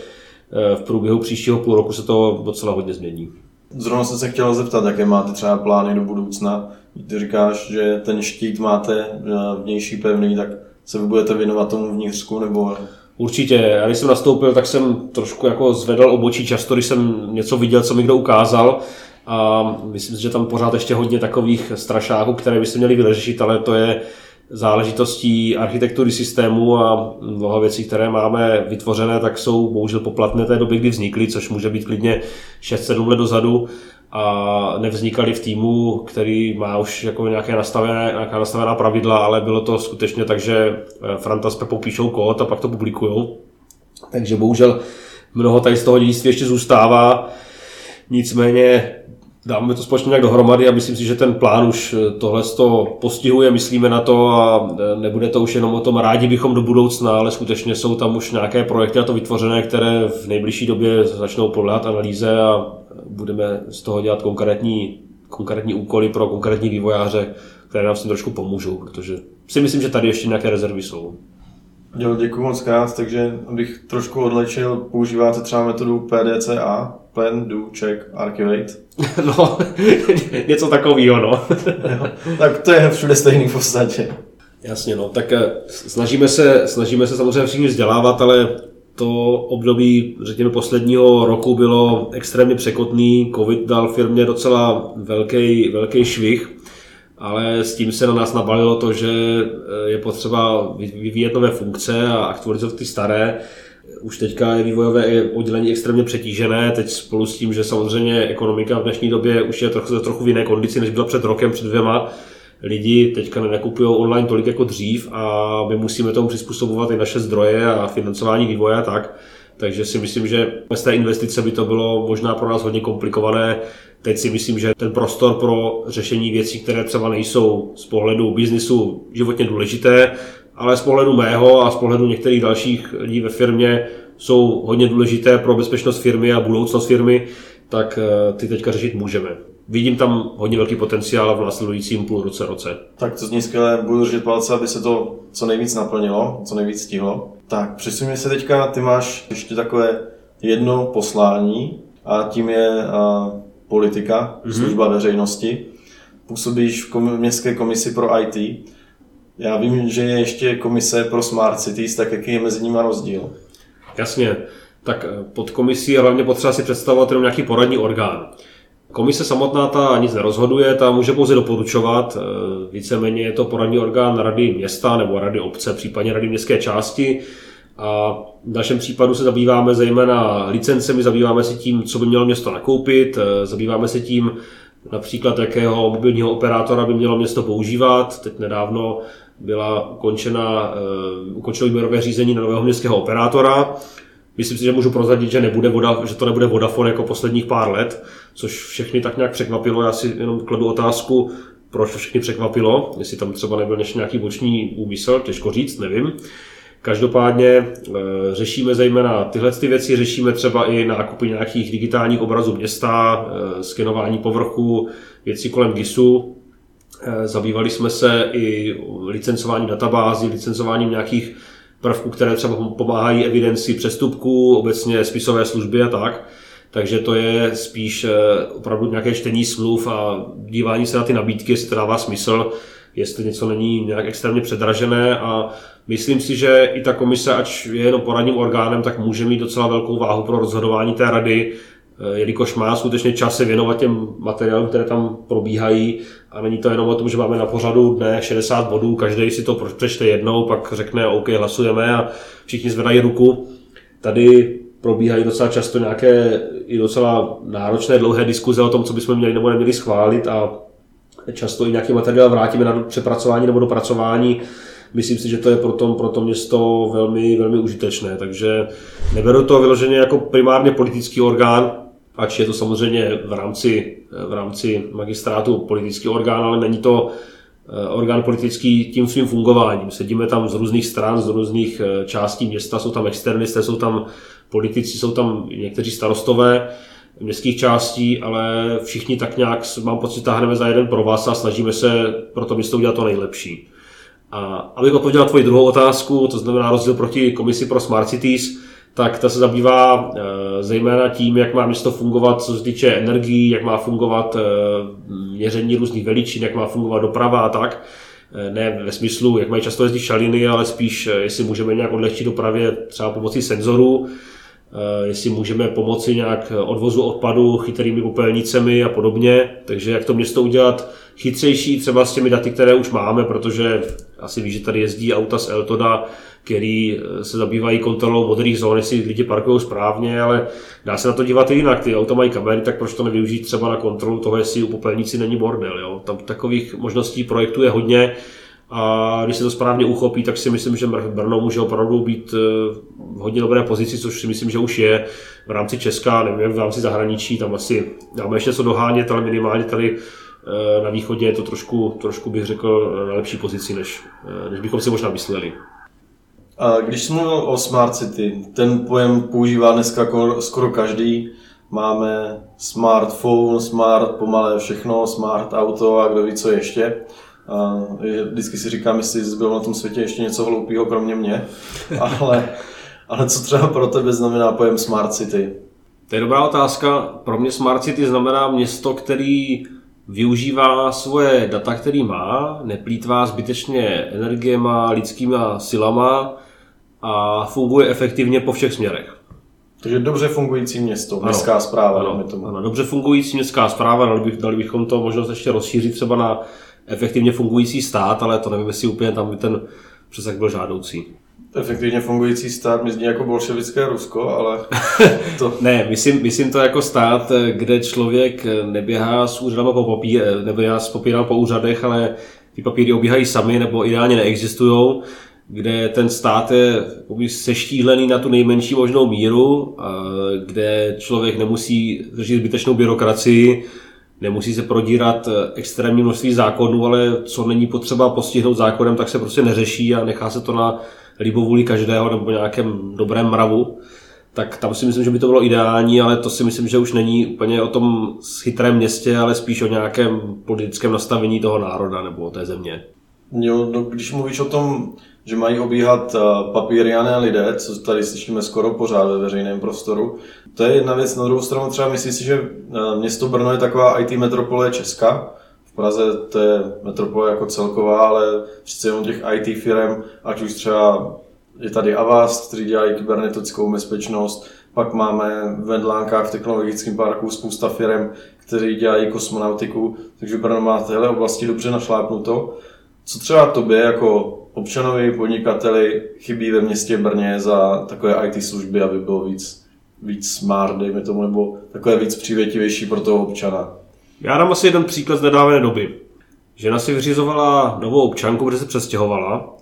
v průběhu příštího půl roku se to docela hodně změní. Zrovna jsem se chtěl zeptat, jaké máte třeba plány do budoucna. Ty říkáš, že ten štít máte vnější pevný, tak se vy budete věnovat tomu vnitřku, nebo... Určitě. Já když jsem nastoupil, tak jsem trošku jako zvedal obočí často, když jsem něco viděl, co mi kdo ukázal. A myslím si, že tam pořád ještě hodně takových strašáků, které by se měly vyřešit, ale to je záležitostí architektury systému a mnoho věcí, které máme vytvořené, tak jsou bohužel poplatné té doby, kdy vznikly, což může být klidně 6-7 let dozadu a nevznikaly v týmu, který má už jako nějaká nastavená pravidla, ale bylo to skutečně tak, že Franta s Pepou píšou kód a pak to publikujou. Takže bohužel mnoho tady z toho dědictví ještě zůstává. Nicméně dáme to společně nějak dohromady a myslím si, že ten plán už tohle postihuje, myslíme na to a nebude to už jenom o tom rádi bychom do budoucna, ale skutečně jsou tam už nějaké projekty na to vytvořené, které v nejbližší době začnou podléhat analýze a budeme z toho dělat konkrétní úkoly pro konkrétní vývojáře, které nám s tím trošku pomůžou, protože si myslím, že tady ještě nějaké rezervy jsou. Jo, děkuji moc krát, takže abych trošku odlečil, používáte třeba metodu PDCA, Plan, Do, Check, Archivate? No, něco takového, no. Jo, tak to je všude stejný v podstatě. Jasně, no, tak snažíme se samozřejmě všichni vzdělávat, ale to období, řekněme, posledního roku bylo extrémně překotný, covid dal firmě docela velký švih, ale s tím se na nás nabalilo to, že je potřeba vyvíjet nové funkce a aktualizovat ty staré. Už teďka je vývojové oddělení extrémně přetížené, teď spolu s tím, že samozřejmě ekonomika v dnešní době už je trochu v jiné kondici, než byla před rokem, před 2. Lidi teďka nenakupují online tolik jako dřív a my musíme tomu přizpůsobovat i naše zdroje a financování vývoje a tak. Takže si myslím, že bez té investice by to bylo možná pro nás hodně komplikované. Teď si myslím, že ten prostor pro řešení věcí, které třeba nejsou z pohledu biznisu životně důležité, ale z pohledu mého a z pohledu některých dalších lidí ve firmě jsou hodně důležité pro bezpečnost firmy a budoucnost firmy, tak ty teďka řešit můžeme. Vidím tam hodně velký potenciál v následujícím roce. Tak to zní skvěle, budu držet palce, aby se to co nejvíc naplnilo, co nejvíc stihlo. Tak přesuňme se teďka, ty máš ještě takové jedno poslání a tím je politika, služba veřejnosti. Působíš v městské komisi pro IT. Já vím, že je ještě komise pro Smart Cities, tak jaký je mezi nimi rozdíl? Jasně, tak pod komisí je hlavně potřeba si představovat jenom nějaký poradní orgán. Komise samotná ta nic nerozhoduje, ta může pouze doporučovat. Víceméně je to poradní orgán rady města nebo rady obce, případně rady městské části. A v našem případu se zabýváme zejména licencemi, zabýváme se tím, co by mělo město nakoupit, zabýváme se tím například, jakého mobilního operátora by mělo město používat. Teď nedávno ukončeno výběrové řízení na nového městského operátora. Myslím si, že můžu prozradit, že to nebude Vodafone jako posledních pár let, což všechny tak nějak překvapilo. Já si jenom kladu otázku, proč to všechny překvapilo, jestli tam třeba nebyl nějaký boční úmysl, těžko říct, nevím. Každopádně řešíme zejména tyhle věci, řešíme třeba i nákupy nějakých digitálních obrazů města, skenování povrchu, věcí kolem GISu. Zabývali jsme se i licencováním databází, licencováním nějakých prvků, které třeba pomáhají evidenci přestupků, obecně spisové služby a tak. Takže to je spíš opravdu nějaké čtení smluv a dívání se na ty nabídky, jestli to dává smysl, jestli něco není nějak extrémně předražené a myslím si, že i ta komise, ač je jenom poradním orgánem, tak může mít docela velkou váhu pro rozhodování té rady, jelikož má skutečně čas se věnovat těm materiálům, které tam probíhají a není to jenom o tom, že máme na pořadu dne 60 bodů, každý si to přečte jednou, pak řekne OK, hlasujeme a všichni zvedají ruku. Tady probíhají docela často nějaké i docela náročné dlouhé diskuze o tom, co bychom měli nebo neměli schválit a často i nějaký materiál vrátíme na přepracování nebo dopracování. Myslím si, že to je pro to město velmi, velmi užitečné, takže neberu to vyloženě jako primárně politický orgán, ač je to samozřejmě v rámci magistrátu politický orgán, ale není to orgán politický tím svým fungováním. Sedíme tam z různých stran, z různých částí města, jsou tam externisté, jsou tam politici, jsou tam někteří starostové městských částí, ale všichni tak nějak, mám pocit, táhneme za jeden provaz a snažíme se pro to město udělat to nejlepší. A abych odpověděl na tvoji druhou otázku, to znamená rozdíl proti komisi pro Smart Cities, tak ta se zabývá zejména tím, jak má město fungovat, co se týče energií, jak má fungovat měření různých veličin, jak má fungovat doprava a tak. Ne ve smyslu, jak mají často jezdit šaliny, ale spíš, jestli můžeme nějak odlehčit dopravě třeba pomocí senzorů, jestli můžeme pomoci nějak odvozu odpadu chytrými popelnicemi a podobně. Takže jak to město udělat chytřejší třeba s těmi daty, které už máme, protože asi víš, že tady jezdí auta z Eltoda, který se zabývají kontrolou modrých zón, jestli lidi parkují správně, ale dá se na to dívat i jinak. Ty auta mají kamery, tak proč to nevyužít třeba na kontrolu toho, jestli u popelnici není bordel. Jo? Tam takových možností projektů je hodně a když se to správně uchopí, tak si myslím, že Brno může opravdu být v hodně dobré pozici, což si myslím, že už je v rámci Česka, nevím jak v rámci zahraničí, tam asi máme ještě co dohánět, ale minimálně tady na východě je to trošku bych řekl na lepší pozici, než bychom si možná mysleli. A když jsem mluvil o Smart City, ten pojem používá dneska skoro každý. Máme smartphone, smart pomalé všechno, smart auto a kdo ví co ještě. A vždycky si říkám, jestli zbylo na tom světě ještě něco hloupého kromě mě. Ale co třeba pro tebe znamená pojem Smart City? To je dobrá otázka. Pro mě Smart City znamená město, který využívá svoje data, který má, neplýtvá zbytečně energiema, lidskýma silama a funguje efektivně po všech směrech. Takže dobře fungující město, městská správa. Ano, dobře fungující městská správa, dali bychom to možnost ještě rozšířit třeba na efektivně fungující stát, ale to nevím, jestli úplně tam by ten přesah byl žádoucí. Efektivně fungující stát mi zní jako bolševické Rusko, ale to... Ne, myslím to jako stát, kde člověk neběhá s úřadama neběhá s papírama po úřadech, ale ty papíry obíhají sami nebo ideálně neexistujou, kde ten stát je seštíhlený na tu nejmenší možnou míru, kde člověk nemusí řešit zbytečnou byrokracii, nemusí se prodírat extrémní množství zákonů, ale co není potřeba postihnout zákonem, tak se prostě neřeší a nechá se to na libovůli každého nebo nějakém dobrém mravu. Tak tam si myslím, že by to bylo ideální, ale to si myslím, že už není úplně o tom chytrém městě, ale spíš o nějakém politickém nastavení toho národa nebo té země. Jo, no, když mluvíš o tom, že mají obíhat papíry a ne lidé, co tady slyšíme skoro pořád ve veřejném prostoru, to je jedna věc. Na druhou stranu třeba myslím si, že město Brno je taková IT metropole Česka. V Praze to je metropole jako celková, ale přece jenom těch IT firm, ať už třeba je tady Avast, který dělají kybernetickou bezpečnost, pak máme v Vendlánkách v technologickém parku spousta firm, kteří dělají kosmonautiku, takže Brno má v téhle oblasti dobře našlápnuto. Co třeba tobě jako občanovi, podnikateli chybí ve městě Brně za takové IT služby, aby bylo víc smart, dejme tomu, nebo takové víc přívětivější pro toho občana? Já dám asi jeden příklad z nedávné doby. Žena si vyřizovala novou občanku, protože se přestěhovala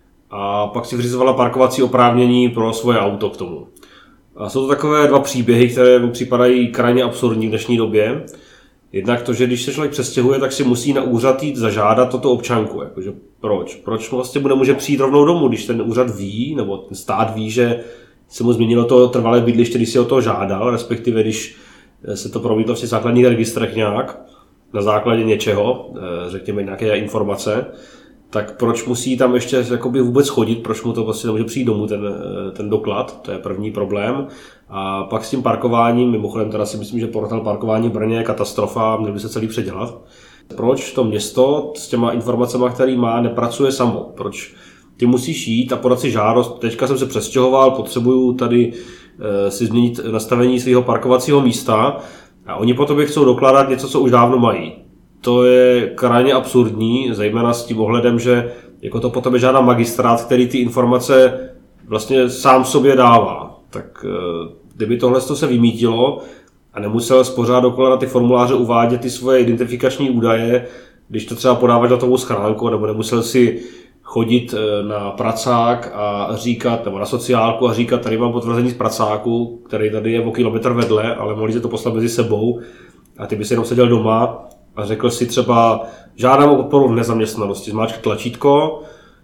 a pak si vyřizovala parkovací oprávnění pro svoje auto k tomu. A jsou to takové dva příběhy, které mi připadají krajně absurdní v dnešní době. Jednak to, že když se člověk přestěhuje, tak si musí na úřad jít zažádat toto občanku. Jakože proč? Proč vlastně nemůže přijít rovnou domů, když ten úřad ví, nebo ten stát ví, že se mu změnilo to trvalé bydliště, když si o to žádal, respektive když se to promítlo v těch základních registrech nějak, na základě něčeho, řekněme nějaké informace, tak proč musí tam ještě jakoby vůbec chodit, proč mu to vlastně nemůže přijít domů ten doklad, to je první problém. A pak s tím parkováním, mimochodem teda si myslím, že portál parkování v Brně je katastrofa, měl by se celý předělat. Proč to město s těma informacemi, který má, nepracuje samo? Proč ty musíš jít a podat si žádost, teďka jsem se přestěhoval, potřebuju tady si změnit nastavení svého parkovacího místa a oni po tobě chcou dokládat něco, co už dávno mají. To je krajně absurdní, zejména s tím ohledem, že jako to po tobě žádá magistrát, který ty informace vlastně sám sobě dává. Tak kdyby tohle se vymítilo a nemusel pořád dokola na ty formuláře uvádět ty svoje identifikační údaje, když to třeba podáváš na tovou schránku, nebo nemusel si chodit na pracák a říkat, nebo na sociálku a říkat, tady mám potvrzení z pracáku, který tady je o kilometr vedle, ale mohli se to poslat mezi sebou a ty by si jenom seděl doma a řekl si třeba, žádám o podporu v nezaměstnanosti, zmáčkl tlačítko,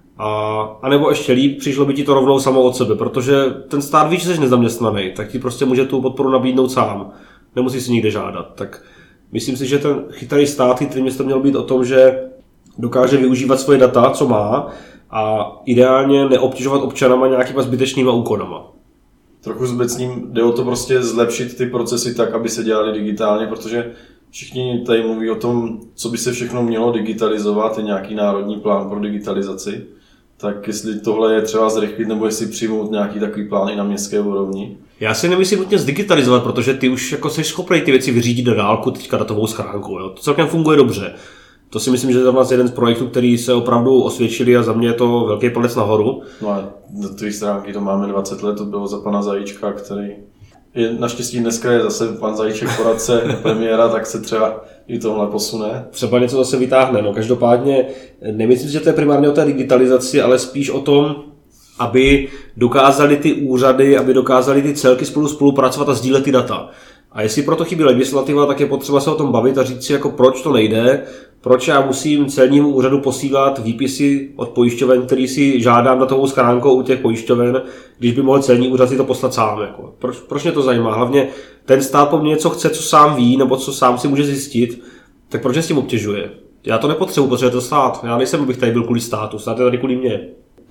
a nebo ještě líp, přišlo by ti to rovnou samo od sebe, protože ten stát ví, že jsi nezaměstnaný, tak ti prostě může tu podporu nabídnout sám. Nemusí si nikde žádat. Tak myslím si, že ten chytrý stát, chytrý město měl být o tom, že dokáže využívat svoje data, co má, a ideálně neobtěžovat občanama nějakýma zbytečnýma úkonama. Trochu zbecním jde o to prostě zlepšit ty procesy tak, aby se dělaly digitálně, protože všichni tady mluví o tom, co by se všechno mělo digitalizovat, je nějaký národní plán pro digitalizaci. Tak jestli tohle je třeba zrychlit, nebo jestli přijmout nějaký takový plán i na městské úrovni? Já si nemyslím nutně zdigitalizovat, protože ty už jako jsi schopný ty věci vyřídit na dálku, teďka datovou schránku. Jo. To celkem funguje dobře. To si myslím, že je za nás jeden z projektů, který se opravdu osvědčili a za mě je to velký palec nahoru. No a datové schránky to máme 20 let, to bylo za pana Zajíčka, který je naštěstí dneska je zase pan Zajíček poradce premiéra, tak se třeba i tohle posune. Třeba něco zase vytáhne. No, každopádně nemyslím, že to je primárně o té digitalizaci, ale spíš o tom, aby dokázali ty úřady, aby dokázali ty celky spolupracovat a sdílet ty data. A jestli proto chybí legislativa, tak je potřeba se o tom bavit a říct si, jako proč to nejde, proč já musím celnímu úřadu posílat výpisy od pojišťoven, který si žádám datovou schránkou u těch pojišťoven, když by mohl celní úřad si to poslat sám. Jako. Proč mě to zajímá? Hlavně ten stát po mně něco chce, co sám ví, nebo co sám si může zjistit, tak proč mě s tím obtěžuje? Já to nepotřebuji, potřebuje to stát. Já nejsem, abych tady byl kvůli státu, stát je tady kvůli mě.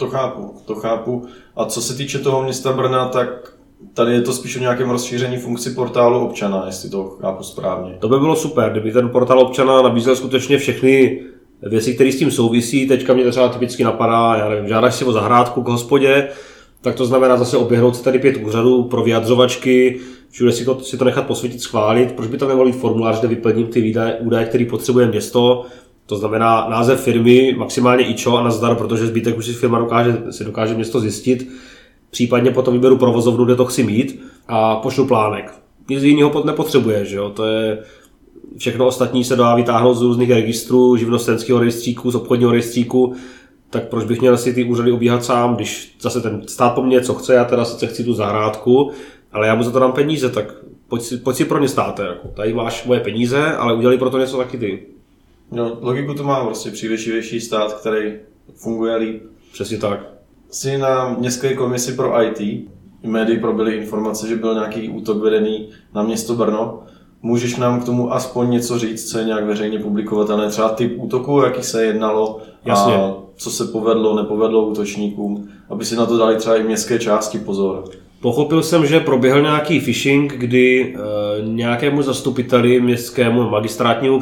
To chápu. A co se týče toho města Brna, tak tady je to spíš o nějakém rozšíření funkci portálu občana, jestli to chápu správně. To by bylo super, kdyby ten portál občana nabízel skutečně všechny věci, které s tím souvisí. Teďka mě třeba typicky napadá, já nevím, žádáš si o zahrádku k hospodě, tak to znamená zase oběhnout si tady 5 úřadů pro vyjadřovačky, všude si to nechat posvětit, schválit. Proč by tam nemohl být formulář, kde vyplním ty údaje, které potřebuje město, to znamená název firmy, maximálně IČO a nazdar, protože zbytek už si firma dokáže město zjistit. Případně potom vyberu provozovnu, kde to chci mít a pošlu plánek. Nic jiného nepotřebuje, že jo? To je všechno ostatní se dá vytáhnout z různých registrů, živnostenského rejstříku, z obchodního rejstříku, tak proč bych měl si ty úřady obíhat sám, když zase ten stát po mně co chce, já teda sice chci tu zahrádku, ale já mu za to dám peníze, tak pojď si pro ně státe, jako. Tady máš moje peníze, ale udělej pro to něco taky ty. No, logiku to má prostě přívěštější stát, který funguje líp. Přesně tak. Jsi na městské komisi pro IT, médii probily informace, že byl nějaký útok vedený na město Brno. Můžeš nám k tomu aspoň něco říct, co je nějak veřejně publikovatelné, třeba typ útoku, jaký se jednalo. Jasně. A co se povedlo, nepovedlo útočníkům, aby si na to dali třeba i městské části pozor. Pochopil jsem, že proběhl nějaký phishing, kdy nějakému zastupiteli městskému magistrátnímu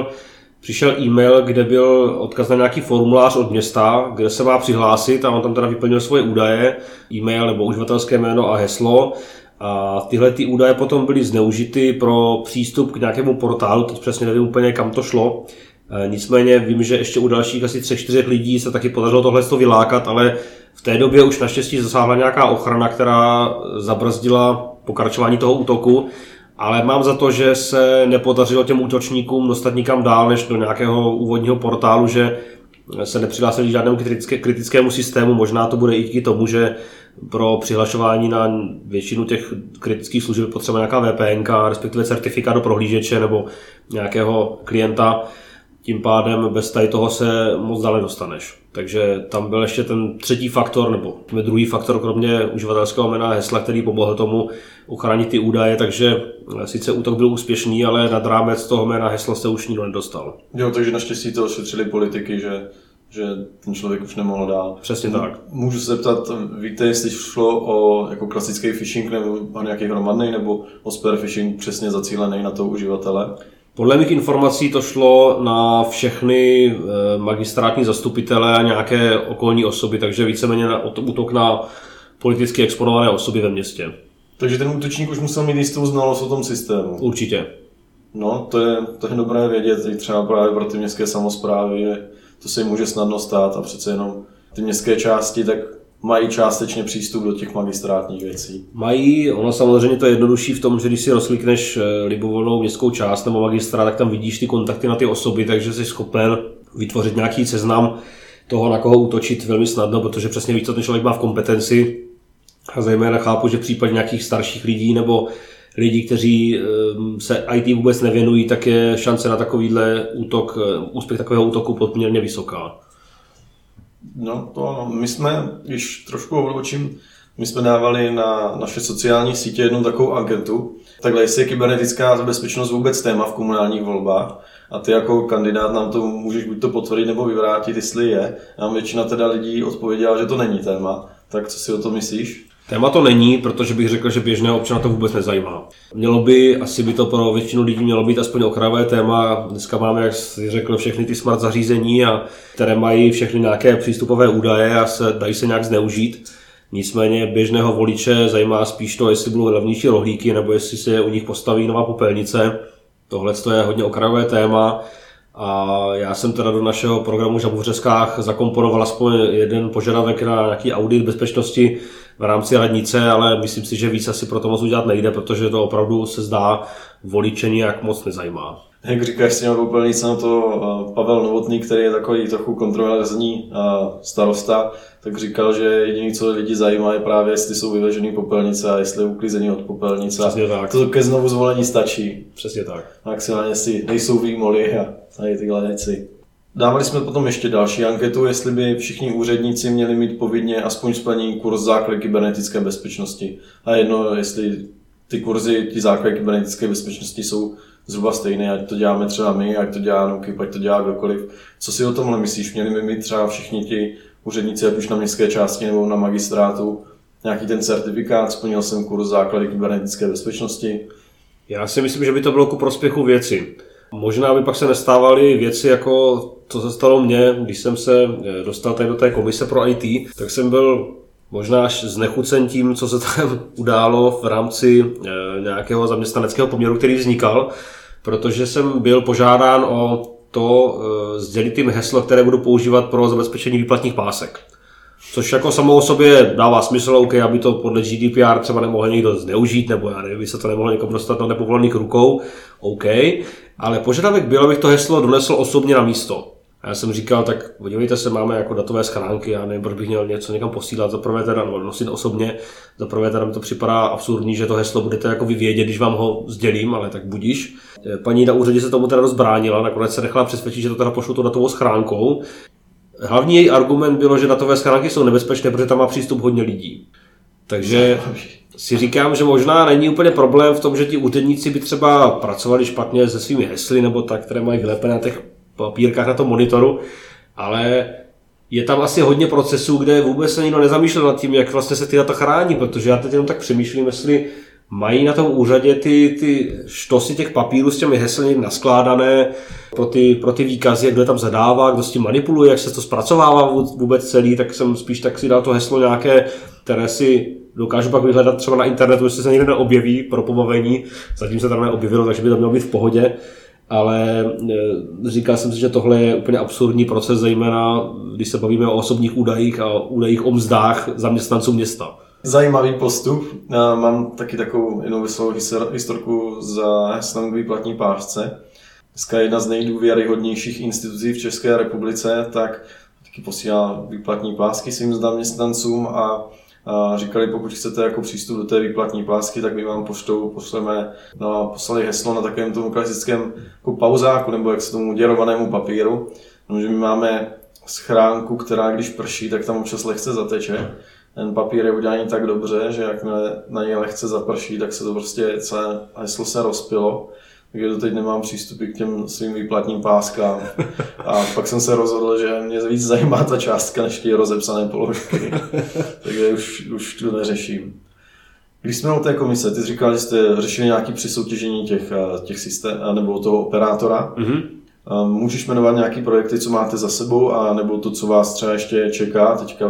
přišel e-mail, kde byl odkaz na nějaký formulář od města, kde se má přihlásit a on tam teda vyplnil svoje údaje, e-mail nebo uživatelské jméno a heslo. A tyhle ty údaje potom byly zneužity pro přístup k nějakému portálu, teď přesně nevím úplně, kam to šlo. Nicméně vím, že ještě u dalších asi 3-4 lidí se taky podařilo tohle vylákat, ale v té době už naštěstí zasáhla nějaká ochrana, která zabrzdila pokračování toho útoku. Ale mám za to, že se nepodařilo těm útočníkům dostat nikam dál než do nějakého úvodního portálu, že se nepřihlásili žádnému kritickému systému. Možná to bude i díky tomu, že pro přihlašování na většinu těch kritických služeb potřeba nějaká VPN, respektive certifikát do prohlížeče nebo nějakého klienta. Tím pádem bez tady toho se moc dál nedostaneš. Takže tam byl ještě ten třetí faktor, nebo druhý faktor, kromě uživatelského jména a hesla, který pomohl tomu ochránit ty údaje, takže sice útok byl úspěšný, ale nad rámec toho jména hesla se už nikdo nedostal. Jo, takže naštěstí to ošetřili politiky, že ten člověk už nemohl dál. Přesně tak. Můžu se zeptat, víte, jestli šlo o jako klasický phishing nebo o nějaký hromadný, nebo o spear phishing přesně zacílený na toho uživatele? Podle mých informací to šlo na všechny magistrátní zastupitele a nějaké okolní osoby, takže víceméně útok na politicky exponované osoby ve městě. Takže ten útočník už musel mít jistou znalost o tom systému. Určitě. No, to je dobré vědět, i třeba právě pro ty městské samosprávy, že to se jim může snadno stát a přece jenom ty městské části tak mají částečně přístup do těch magistrátních věcí. Mají, ono samozřejmě to je jednodušší v tom, že když si rozklikneš libovolnou městskou část nebo magistrát, tak tam vidíš ty kontakty na ty osoby, takže jsi schopen vytvořit nějaký seznam toho, na koho útočit velmi snadno, protože přesně víš, co ten člověk má v kompetenci. A zejména chápu, že v případě nějakých starších lidí nebo lidí, kteří se IT vůbec nevěnují, tak je šance na takovýhle útok, úspěch takového útoku poměrně vysoká. No to ano. My jsme, když trošku odbočím, my jsme dávali na naše sociální sítě jednu takovou anketu. Takhle, jestli je kybernetická bezpečnost vůbec téma v komunálních volbách a ty jako kandidát nám to můžeš buď to potvrdit nebo vyvrátit, jestli je. Nám většina teda lidí odpověděla, že to není téma. Tak co si o to myslíš? Téma to není, protože bych řekl, že běžného občana to vůbec nezajímá. Asi by to pro většinu lidí mělo být aspoň okrajové téma. Dneska máme, jak jsi řekl, všechny ty smart zařízení, které mají všechny nějaké přístupové údaje a dají se nějak zneužít. Nicméně běžného voliče zajímá spíš to, jestli budou levnější rohlíky nebo jestli se u nich postaví nová popelnice. Tohle je hodně okrajové téma. A já jsem teda do našeho programu Žabu v Řezkách zakomponoval aspoň jeden požadavek na nějaký audit bezpečnosti v rámci radnice, ale myslím si, že víc asi pro to moc udělat nejde, protože to opravdu se zdá voliče nijak moc nezajímá. Jak říkáš s těma popelnice, no to Pavel Novotný, který je takový trochu kontroverzní starosta, tak říkal, že jediné, co lidi zajímá, je právě, jestli jsou vyvežený popelnice a jestli je uklizený od popelnice. Přesně tak. To ke znovu zvolení stačí. Přesně tak. Maximálně si nejsou výmoly a tady tyhle věci. Dávali jsme potom ještě další anketu, jestli by všichni úředníci měli mít povinně aspoň splněný kurz základ kybernetické bezpečnosti. A jedno, jestli ty kurzy, ty základy kybernetické bezpečnosti jsou zhruba stejné, ať to děláme třeba my, ať to dělá NÚKIB, ať to dělá kdokoliv. Co si o tomhle myslíš? Měli by mít třeba všichni ti úředníci, ať už na městské části nebo na magistrátu, nějaký ten certifikát, splnil jsem kurz základy kybernetické bezpečnosti? Já si myslím, že by to bylo ku prospěchu věci. Možná by pak se nestávaly věci, jako co se stalo mně, když jsem se dostal tady do té komise pro IT, tak jsem byl možná až znechucen tím, co se tam událo v rámci nějakého zaměstnaneckého poměru, který vznikal, protože jsem byl požádán o to sdělit jim heslo, které budu používat pro zabezpečení výplatních pásek. Což jako samo o sobě dává smysl, OK, aby to podle GDPR třeba nemohl někdo zneužít, nebo já nevím, by se to nemohlo někomu dostat do nepovolených rukou, OK, ale požadavek byl, abych to heslo donesl osobně na místo. A já jsem říkal, tak podívejte se, máme jako datové schránky, já nevím, proč bych měl něco někam posílat, zaprvé teda, nebo nosit osobně, zaprvé teda mi to připadá absurdní, že to heslo budete jako vyvědět, když vám ho sdělím, ale tak budíš. Paní na úřadě se tomu teda rozbránila, nakonec se nechala přesvědčit, že to teda pošlu to datovou schránkou. Hlavní její argument bylo, že datové schránky jsou nebezpečné, protože tam má přístup hodně lidí. Takže si říkám, že možná není úplně problém v tom, že ti úředníci by třeba pracovali špatně se svými hesly nebo tak, které mají vylepené na těch papírkách na tom monitoru, ale je tam asi hodně procesů, kde vůbec se nikdo nezamýšlel nad tím, jak vlastně se ty data chrání, protože já teď jenom tak přemýšlím, jestli mají na tom úřadě ty štosy těch papírů s těmi hesly někdy naskládané pro ty výkazy, jak kdo tam zadává, kdo s tím manipuluje, jak se to zpracovává vůbec celý, tak jsem spíš tak si dal to heslo nějaké, které si dokážu pak vyhledat třeba na internetu, jestli se někde neobjeví pro pobavení, zatím se tam neobjevilo, takže by to mělo být v pohodě. Ale říkal jsem si, že tohle je úplně absurdní proces, zejména když se bavíme o osobních údajích a údajích o mzdách zaměstnanců města. Zajímavý postup. Mám taky takovou jinou veselou historku za heslem k výplatní pásce. Dneska jedna z nejdůvěryhodnějších institucí v České republice, tak taky posílá výplatní pásky svým zaměstnancům a říkali, pokud chcete jako přístup do té výplatní pásky, tak my vám poslali heslo na takovém tomu klasickém jako pauzáku, nebo jak se tomu děrovanému papíru. Že my máme schránku, která když prší, tak tam občas lehce zateče. Ten papír je udělaný tak dobře, že jakmile na něj lehce zaprší, tak se to prostě celé heslo se rozpilo. Takže doteď nemám přístupy k těm svým výplatním páskám. A pak jsem se rozhodl, že mě víc zajímá ta částka, než ty rozepsané položky. Takže už to neřeším. Když jsme u té komise, ty jsi říkal, že jste řešili nějaké přisoutěžení těch systém, nebo toho operátora. Mm-hmm. Můžeš jmenovat nějaké projekty, co máte za sebou, a nebo to, co vás třeba ještě čeká teďka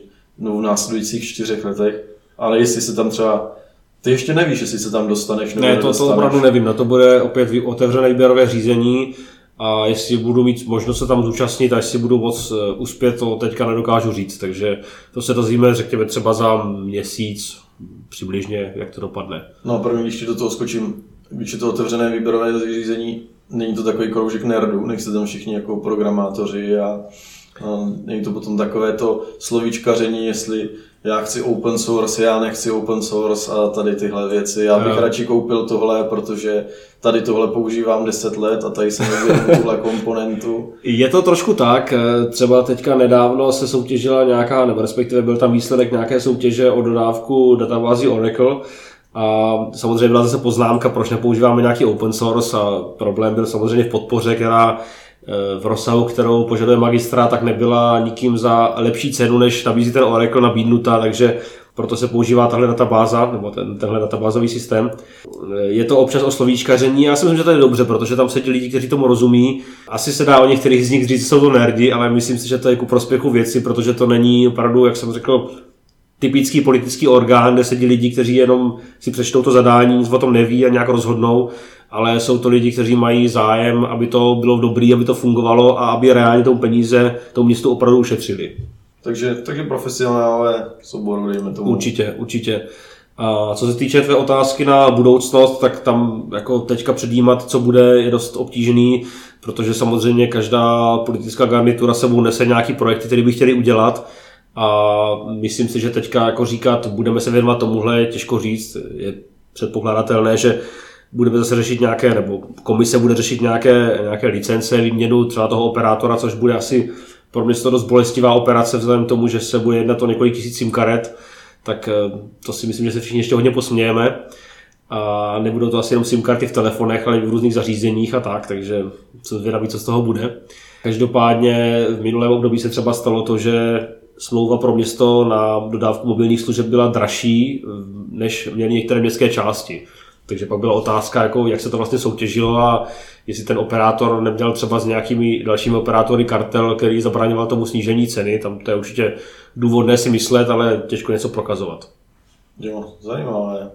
v následujících 4 letech, ale jestli se tam třeba ty ještě nevíš, jestli se tam dostaneš nebo nedostaneš. Ne, to opravdu nevím. Na to bude opět otevřené výběrové řízení a jestli budu mít možnost se tam zúčastnit a jestli budu moc uspět, to teďka nedokážu říct. Takže to se dozvíme, řekněme, třeba za měsíc přibližně, jak to dopadne. No první, když ti do toho skočím, když je to otevřené výběrové řízení, není to takový kroužek nerdů, nejste tam všichni jako programátoři a není to potom takové to slovíčkaření, jestli já chci open source, já nechci open source a tady tyhle věci. Já bych radši koupil tohle, protože tady tohle používám 10 let a tady jsem nevěděl tuhle komponentu. Je to trošku tak, třeba teďka nedávno se soutěžila nějaká, nebo respektive byl tam výsledek nějaké soutěže o dodávku databází Oracle a samozřejmě byla zase poznámka, proč nepoužíváme nějaký open source a problém byl samozřejmě v podpoře, která v rozsahu, kterou požaduje magistrát, tak nebyla nikým za lepší cenu, než nabízí ten Oracle nabídnuta, takže proto se používá tahle databáza, nebo tenhle databázový systém. Je to občas o slovíčkaření, já si myslím, že to je dobře, protože tam sedí lidi, kteří tomu rozumí. Asi se dá o některých z nich říct, že jsou to nerdi, ale myslím si, že to je ku prospěchu věci, protože to není opravdu, jak jsem řekl, typický politický orgán, kde sedí lidi, kteří jenom si přečtou to zadání, nic o tom neví a nějak rozhodnou, ale jsou to lidi, kteří mají zájem, aby to bylo dobré, aby to fungovalo a aby reálně tou peníze tomu městu opravdu ušetřili. Takže profesionálové z oboru, dejme tomu. Určitě. A co se týče tvé otázky na budoucnost, tak tam jako teďka předjímat, co bude, je dost obtížný, protože samozřejmě každá politická garnitura sebou nese nějaký projekty, které by chtěli udělat. A myslím si, že teďka jako říkat, budeme se věnovat tomuhle, je těžko říct. Je předpokládatelné, že budeme zase řešit nějaké, nebo komise bude řešit nějaké licence, výměnu třeba toho operátora, což bude asi pro mě to dost bolestivá operace vzhledem k tomu, že se bude jednat o několik tisíc SIM karet, tak to si myslím, že se všichni ještě hodně posmějeme. A nebudou to asi jenom SIM karty v telefonech, ale i v různých zařízeních a tak, takže co zvědavý, co z toho bude. Každopádně v minulém období se třeba stalo to, že smlouva pro město na dodávku mobilních služeb byla dražší, než měly některé městské části. Takže pak byla otázka, jako, jak se to vlastně soutěžilo a jestli ten operátor neměl třeba s nějakými dalšími operátory kartel, který zabraňoval tomu snížení ceny. Tam to je určitě důvodné si myslet, ale těžko něco prokazovat. Jo, zajímavé.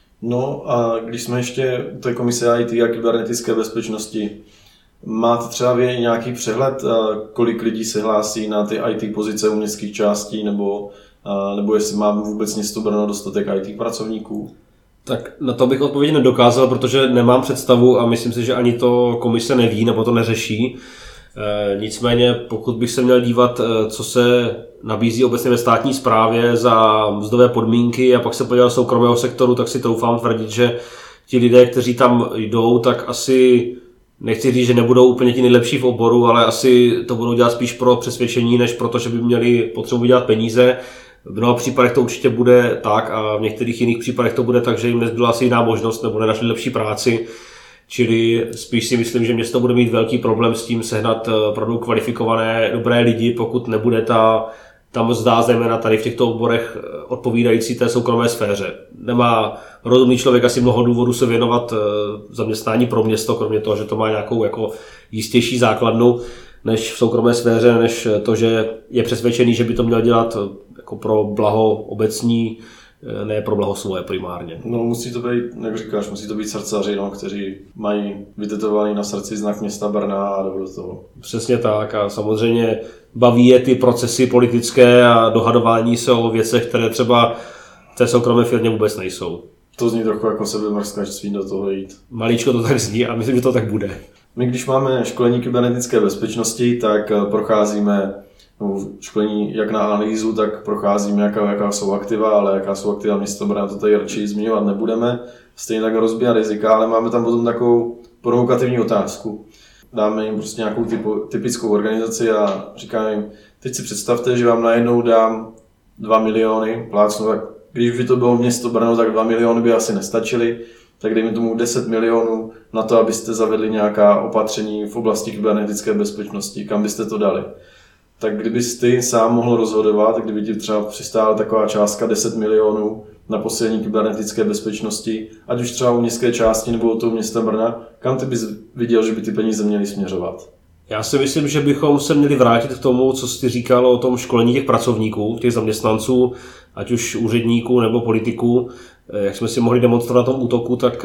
No a když jsme ještě u té komise IT a kybernetické bezpečnosti, máte třeba vy nějaký přehled, kolik lidí se hlásí na ty IT pozice u městských částí, nebo jestli má vůbec město Brno dostatek IT pracovníků? Tak na to bych odpověď nedokázal, protože nemám představu a myslím si, že ani to komise neví nebo to neřeší. Nicméně pokud bych se měl dívat, co se nabízí obecně ve státní správě za mzdové podmínky a pak se podívat do soukromého sektoru, tak si troufám tvrdit, že ti lidé, kteří tam jdou, tak asi nechci říct, že nebudou úplně ti nejlepší v oboru, ale asi to budou dělat spíš pro přesvědčení, než proto, že by měli potřebu dělat peníze. V mnoha případech to určitě bude tak a v některých jiných případech to bude tak, že jim nezbyla asi jiná možnost nebo nenašli lepší práci. Čili spíš si myslím, že město bude mít velký problém s tím sehnat opravdu kvalifikované, dobré lidi, pokud nebude ta mzda, zejména tady v těchto oborech odpovídající té soukromé sféře. Nemá rozumný člověk asi mnoho důvodů se věnovat zaměstnání pro město, kromě toho, že to má nějakou jako jistější základnu než v soukromé sféře, než to, že je přesvědčený, že by to měl dělat jako pro blaho obecní, ne pro blaho svoje primárně. No musí to být, jak říkáš, musí to být srdcaři, no, kteří mají vytetovaný na srdci znak města Brna a jdou do toho. Přesně tak a samozřejmě baví je ty procesy politické a dohadování se o věcech, které třeba v té soukromé firmě vůbec nejsou. To zní trochu jako sebemrskačství do toho jít. Maličko to tak zní a myslím, že to tak bude. My když máme školení kybernetické bezpečnosti, tak procházíme školení jak na analýzu, tak procházíme, jaká jsou aktiva, ale jaká jsou aktiva města Brna, to tady radši zmiňovat nebudeme. Stejně tak rozbíjat rizika, ale máme tam potom takovou provokativní otázku. Dáme jim prostě nějakou typickou organizaci a říkáme jim, teď si představte, že vám najednou dám 2 miliony, plácnu, tak když by to bylo město Brno, tak 2 miliony by asi nestačily, tak dejme tomu 10 milionů na to, abyste zavedli nějaká opatření v oblasti kybernetické bezpečnosti, kam byste to dali. Tak kdybyste ty sám mohl rozhodovat, kdyby ti třeba přistála taková částka 10 milionů na posílení kybernetické bezpečnosti, ať už třeba u městské části nebo u toho města Brna, kam ty bys viděl, že by ty peníze měly směřovat? Já si myslím, že bychom se měli vrátit k tomu, co jsi říkal o tom školení těch pracovníků, těch zaměstnanců, ať už úředníků nebo politiků. Jak jsme si mohli demonstrovat na tom útoku, tak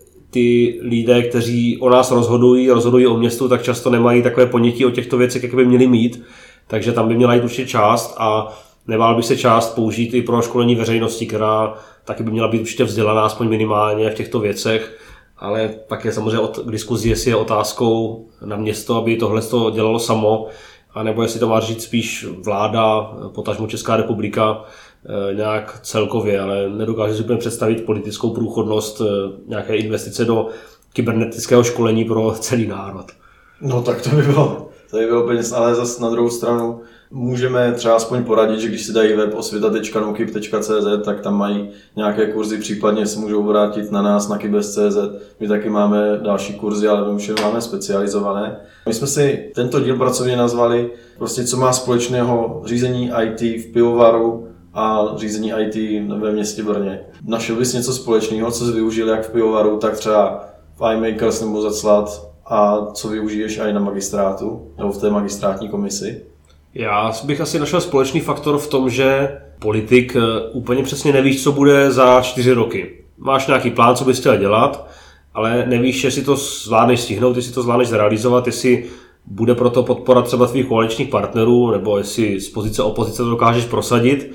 ty lidé, kteří o nás rozhodují o městu, tak často nemají takové ponětí o těchto věcech, jak by měli mít. Takže tam by měla jít určitě část a nebál by se část použít i pro školení veřejnosti, která taky by měla být určitě vzdělaná, aspoň minimálně v těchto věcech. Ale pak je samozřejmě k diskuzi, jestli je otázkou na město, aby tohle to dělalo samo, anebo jestli to má říct spíš vláda, potažmo Česká republika, nějak celkově, ale nedokážu si úplně představit politickou průchodnost nějaké investice do kybernetického školení pro celý národ. No tak to by bylo peněz, ale zase na druhou stranu můžeme třeba aspoň poradit, že když si dají web osvita.nukib.cz, tak tam mají nějaké kurzy, případně se můžou obrátit na nás na kybes.cz. My taky máme další kurzy, ale my už je máme specializované. My jsme si tento díl pracovně nazvali prostě co má společného řízení IT v pivovaru a řízení IT ve městě Brně. Našel bys něco společného, co jsi využil jak v pivovaru, tak třeba v iMakers nebo Zaclat a co využiješ i na magistrátu nebo v té magistrátní komisi? Já bych asi našel společný faktor v tom, že politik úplně přesně nevíš, co bude za 4 roky. Máš nějaký plán, co bys chtěl dělat, ale nevíš, jestli to zvládneš stihnout, jestli to zvládneš zrealizovat, jestli bude proto podpora třeba tvých koaličních partnerů, nebo jestli z pozice opozice to dokážeš prosadit.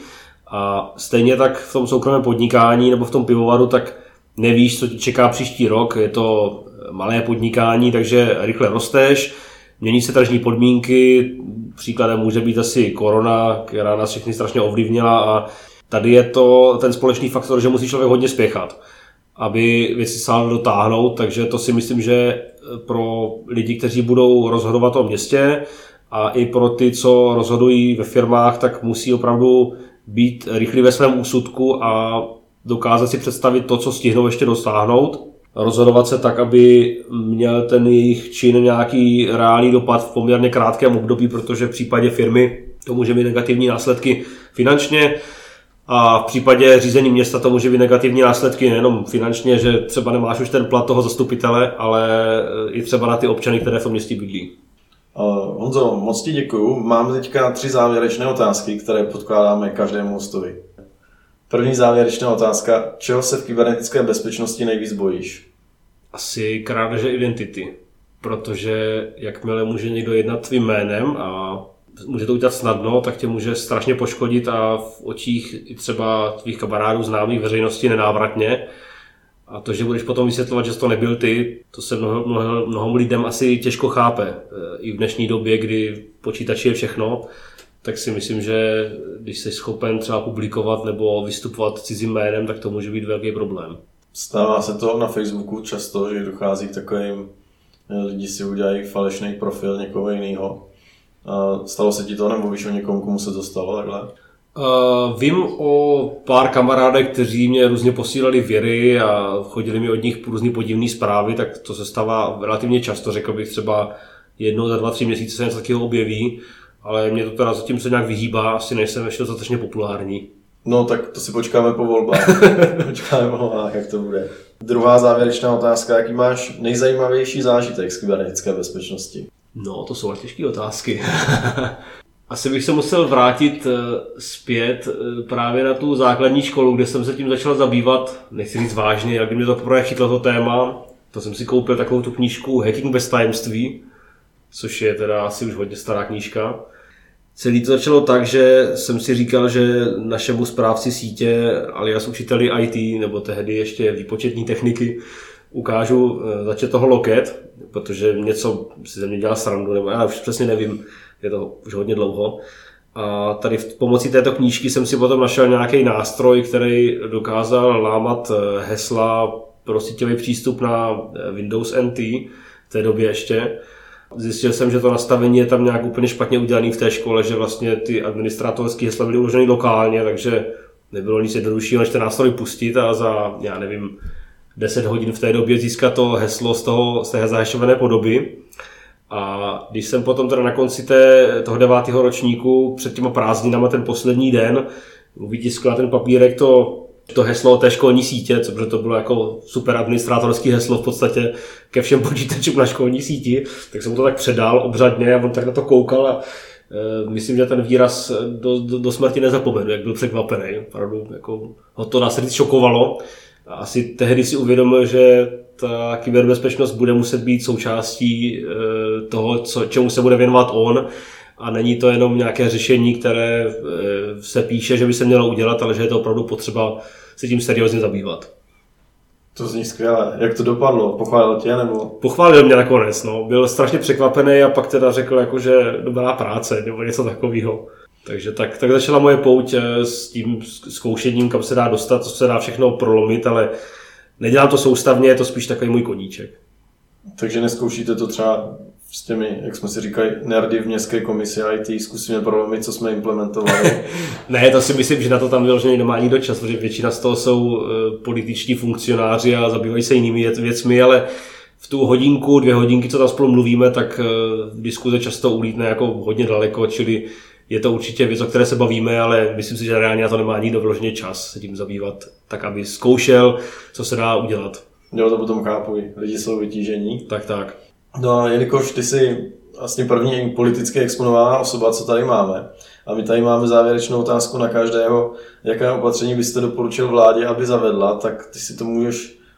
A stejně tak v tom soukromém podnikání nebo v tom pivovaru, tak nevíš, co tě čeká příští rok. Je to malé podnikání, takže rychle rosteš, mění se tržní podmínky, příkladem může být asi korona, která nás všechny strašně ovlivnila a tady je to ten společný faktor, že musí člověk hodně spěchat, aby věci sáhl dotáhnout, takže to si myslím, že pro lidi, kteří budou rozhodovat o městě a i pro ty, co rozhodují ve firmách, tak musí opravdu být rychlí ve svém úsudku a dokázat si představit to, co stihnou ještě dosáhnout. Rozhodovat se tak, aby měl ten jejich čin nějaký reálný dopad v poměrně krátkém období, protože v případě firmy to může mít negativní následky finančně a v případě řízení města to může být negativní následky nejenom finančně, že třeba nemáš už ten plat toho zastupitele, ale i třeba na ty občany, které v tom městě bydlí. Honzo, moc ti děkuju. Mám teďka 3 závěrečné otázky, které podkládáme každému hostovi. První závěrečná otázka. Čeho se v kybernetické bezpečnosti nejvíc bojíš? Asi krádeže identity, protože jakmile může někdo jednat tvým jménem a může to udělat snadno, tak tě může strašně poškodit a v očích i třeba tvých kamarádů, známých, veřejnosti nenávratně. A to, že budeš potom vysvětlovat, že to nebyl ty, to se mnohom lidem asi těžko chápe. I v dnešní době, kdy počítač je všechno, tak si myslím, že když jsi schopen třeba publikovat nebo vystupovat cizím jménem, tak to může být velký problém. Stává se to na Facebooku často, že dochází k takovým, lidi si udělají falešný profil někoho jiného. Stalo se ti to, nebo víš o někom, komu se to stalo takhle? Vím o pár kamarádek, kteří mě různě posílali věry a chodili mi od nich různý podivné zprávy, tak to se stává relativně často, řekl bych třeba jednou za 2-3 měsíce se něco takového objeví, ale mě to teda zatím se nějak vyhýbá, asi nejsem ještě dostatečně populární. No tak to si počkáme po volbách. Počkáme po volbách, jak to bude. Druhá závěrečná otázka, jaký máš nejzajímavější zážitek z kybernetické bezpečnosti? No, to jsou těžké otázky. Asi bych se musel vrátit zpět právě na tu základní školu, kde jsem se tím začal zabývat, nechci říct vážně, jak by mě to poprvé chytlo to téma. To jsem si koupil takovou tu knížku Hacking bez tajemství, což je teda asi už hodně stará knížka. Celý to začalo tak, že jsem si říkal, že našemu správci sítě, alias učiteli IT, nebo tehdy ještě výpočetní techniky, ukážu začet toho loket, protože něco si ze mě dělal srandu, nebo já už přesně nevím, je to už hodně dlouho. A tady pomocí této knížky jsem si potom našel nějaký nástroj, který dokázal lámat hesla pro síťový přístup na Windows NT, v té době ještě. Zjistil jsem, že to nastavení je tam nějak úplně špatně udělané v té škole, že vlastně ty administrátorské hesla byly uloženy lokálně, takže nebylo nic jednoduššího, než ten nástroj pustit a za, 10 hodin v té době získat to heslo z té zahešované podoby. A když jsem potom teda na konci toho 9. ročníku před těma prázdninama ten poslední den vytiskl na ten papírek to heslo té školní sítě, protože to bylo jako super administrátorský heslo v podstatě ke všem počítačům na školní síti, tak jsem mu to tak předal obřadně a on tak na to koukal a myslím, že ten výraz do smrti nezapomenu, jak byl překvapený. Opravdu jako ho to nás šokovalo. A asi tehdy si uvědomil, že ta kyberbezpečnost bude muset být součástí toho, čemu se bude věnovat on. A není to jenom nějaké řešení, které se píše, že by se mělo udělat, ale že je to opravdu potřeba se tím seriózně zabývat. To zní skvěle. Jak to dopadlo? Pochválil tě nebo? Pochválil mě nakonec, no. Byl strašně překvapený a pak teda řekl, jako, že dobrá práce nebo něco takového. Takže tak začala moje pouť s tím zkoušením, kam se dá dostat, co se dá všechno prolomit, ale nedělám to soustavně, je to spíš takový můj koníček. Takže neskoušíte to třeba s těmi, jak jsme si říkali, nerdy v městské komisi IT, zkusíme prolomit, co jsme implementovali? Ne, to si myslím, že na to tam vyložený nemá nikdo čas, protože většina z toho jsou političtí funkcionáři a zabývají se jinými věcmi, ale v tu hodinku, 2 hodinky, co tam spolu mluvíme, tak diskuze často ulítne jako hodně daleko, čili je to určitě věc, o které se bavíme, ale myslím si, že reálně na to nemá nikdo vyložený čas se tím zabývat, tak aby zkoušel, co se dá udělat. Jo, to potom chápu, lidi jsou vytížení. Tak. No a jelikož ty jsi vlastně první politicky exponovaná osoba, co tady máme, a my tady máme závěrečnou otázku na každého, jaké opatření byste doporučil vládě, aby zavedla, tak ty si to můžeš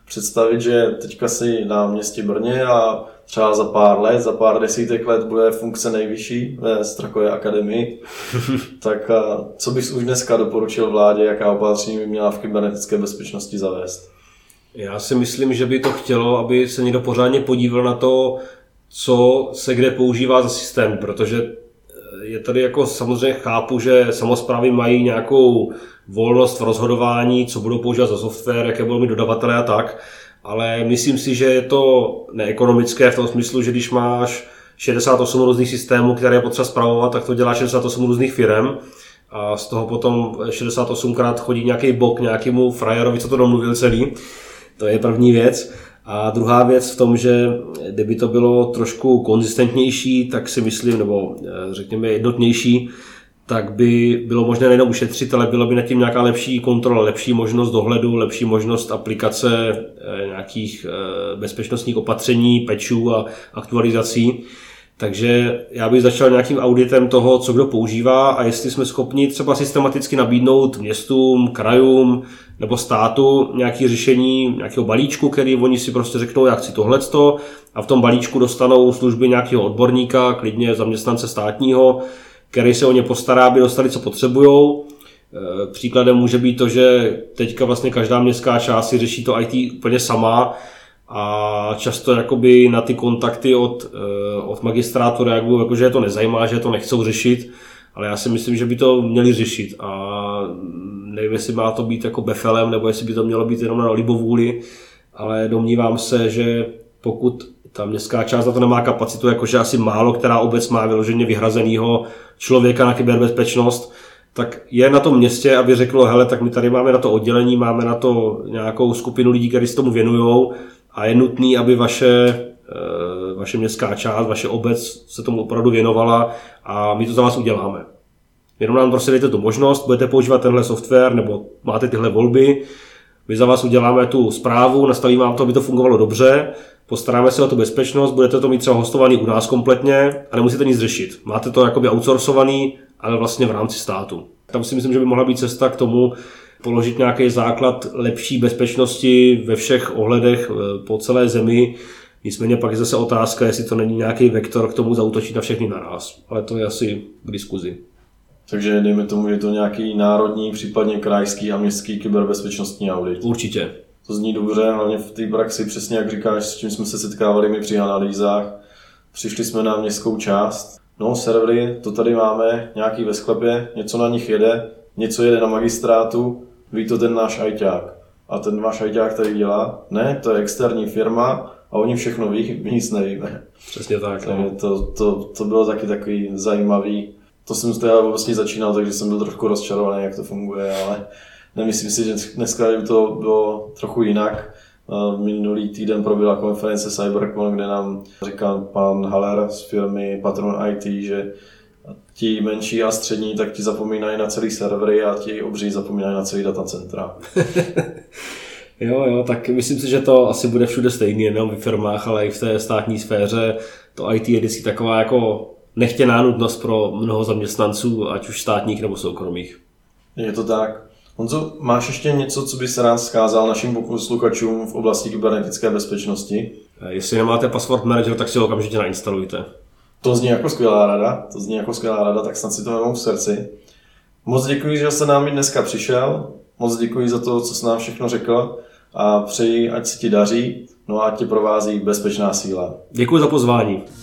představit, že teďka si na městě Brně a třeba za pár let, za pár desítek let bude funkce nejvyšší ve Strakové akademii, tak co bys už dneska doporučil vládě, jaká opatření by měla v kybernetické bezpečnosti zavést? Já si myslím, že by to chtělo, aby se někdo pořádně podíval na to, co se kde používá za systém, protože je tady jako samozřejmě chápu, že samosprávy mají nějakou volnost v rozhodování, co budou používat za software, jaké budou mít dodavatele a tak, ale myslím si, že je to neekonomické v tom smyslu, že když máš 68 různých systémů, které je potřeba spravovat, tak to dělá 68 různých firem a z toho potom 68krát chodí nějaký bok nějakému frajerovi, co to domluvil celý. To je první věc. A druhá věc v tom, že kdyby to bylo trošku konzistentnější, tak si myslím, nebo řekněme jednotnější, tak by bylo možné nejenom ušetřit, ale bylo by nad tím nějaká lepší kontrola, lepší možnost dohledu, lepší možnost aplikace nějakých bezpečnostních opatření, patchů a aktualizací. Takže já bych začal nějakým auditem toho, co kdo používá a jestli jsme schopni třeba systematicky nabídnout městům, krajům nebo státu nějaké řešení, nějakého balíčku, který oni si prostě řeknou, já chci tohleto a v tom balíčku dostanou služby nějakého odborníka, klidně zaměstnance státního, který se o ně postará, aby dostali, co potřebujou. Příkladem může být to, že teďka vlastně každá městská část si řeší to IT úplně sama a často jakoby na ty kontakty od magistrátu reagují, jakože je to nezajímá, že to nechcou řešit, ale já si myslím, že by to měli řešit a nevím, jestli má to být jako befelem, nebo jestli by to mělo být jenom na libovůli, ale domnívám se, že pokud ta městská část na to nemá kapacitu, jakože asi málo která obec má vyloženě vyhrazenýho člověka na kyberbezpečnost, tak je na tom městě, aby řeklo, hele, tak my tady máme na to oddělení, máme na to nějakou skupinu lidí, kteří se tomu věnujou a je nutný, aby vaše městská část, vaše obec se tomu opravdu věnovala a my to za vás uděláme. Jenom nám prostě dejte tu možnost, budete používat tenhle software nebo máte tyhle volby, my za vás uděláme tu správu, nastavíme vám to, aby to fungovalo dobře, postaráme se o tu bezpečnost, budete to mít třeba hostovaný u nás kompletně a nemusíte nic řešit. Máte to jakoby outsourcovaný, ale vlastně v rámci státu. Tam si myslím, že by mohla být cesta k tomu položit nějaký základ lepší bezpečnosti ve všech ohledech po celé zemi. Nicméně pak je zase otázka, jestli to není nějaký vektor k tomu zaútočit na všechny naraz. Ale to je asi k diskuzi. Takže dejme tomu, že to nějaký národní, případně krajský a městský kyberbezpečnostní audit. Určitě. To zní dobře, hlavně v té praxi, přesně jak říkáš, s čím jsme se setkávali my při analýzách. Přišli jsme na městskou část, no servery, to tady máme, nějaký ve sklepě, něco na nich jede, něco jede na magistrátu, ví to ten náš ajťák. A ten váš ajťák tady dělá? Ne, to je externí firma a oni všechno ví, my nic nevíme. Přesně tak. To bylo taky takový zajímavý. To jsem teda vlastně začínal, takže jsem byl trošku rozčarovaný, jak to funguje, ale nemyslím si, že dneska by to bylo trochu jinak. Minulý týden proběhla konference CyberCon, kde nám říkal pan Haller z firmy Patron IT, že ti menší a střední, tak ti zapomínají na celý servery a ti obří zapomínají na celý datacentra. Jo, tak myslím si, že to asi bude všude stejný, nejen v firmách, ale i v té státní sféře. To IT je vždycky taková jako nechtěná nutnost pro mnoho zaměstnanců, ať už státních nebo soukromých. Je to tak. Honzo, máš ještě něco, co bys rád vzkázal našim posluchačům v oblasti kybernetické bezpečnosti? Jestli nemáte Password Manager, tak si ho okamžitě nainstalujte. To zní jako skvělá rada, tak snad si to vezmu v srdci. Moc děkuji, že jste nám dneska přišel, moc děkuji za to, co jsi nám všechno řekl a přeji, ať se ti daří, no a ať tě provází bezpečná síla. Děkuji za pozvání.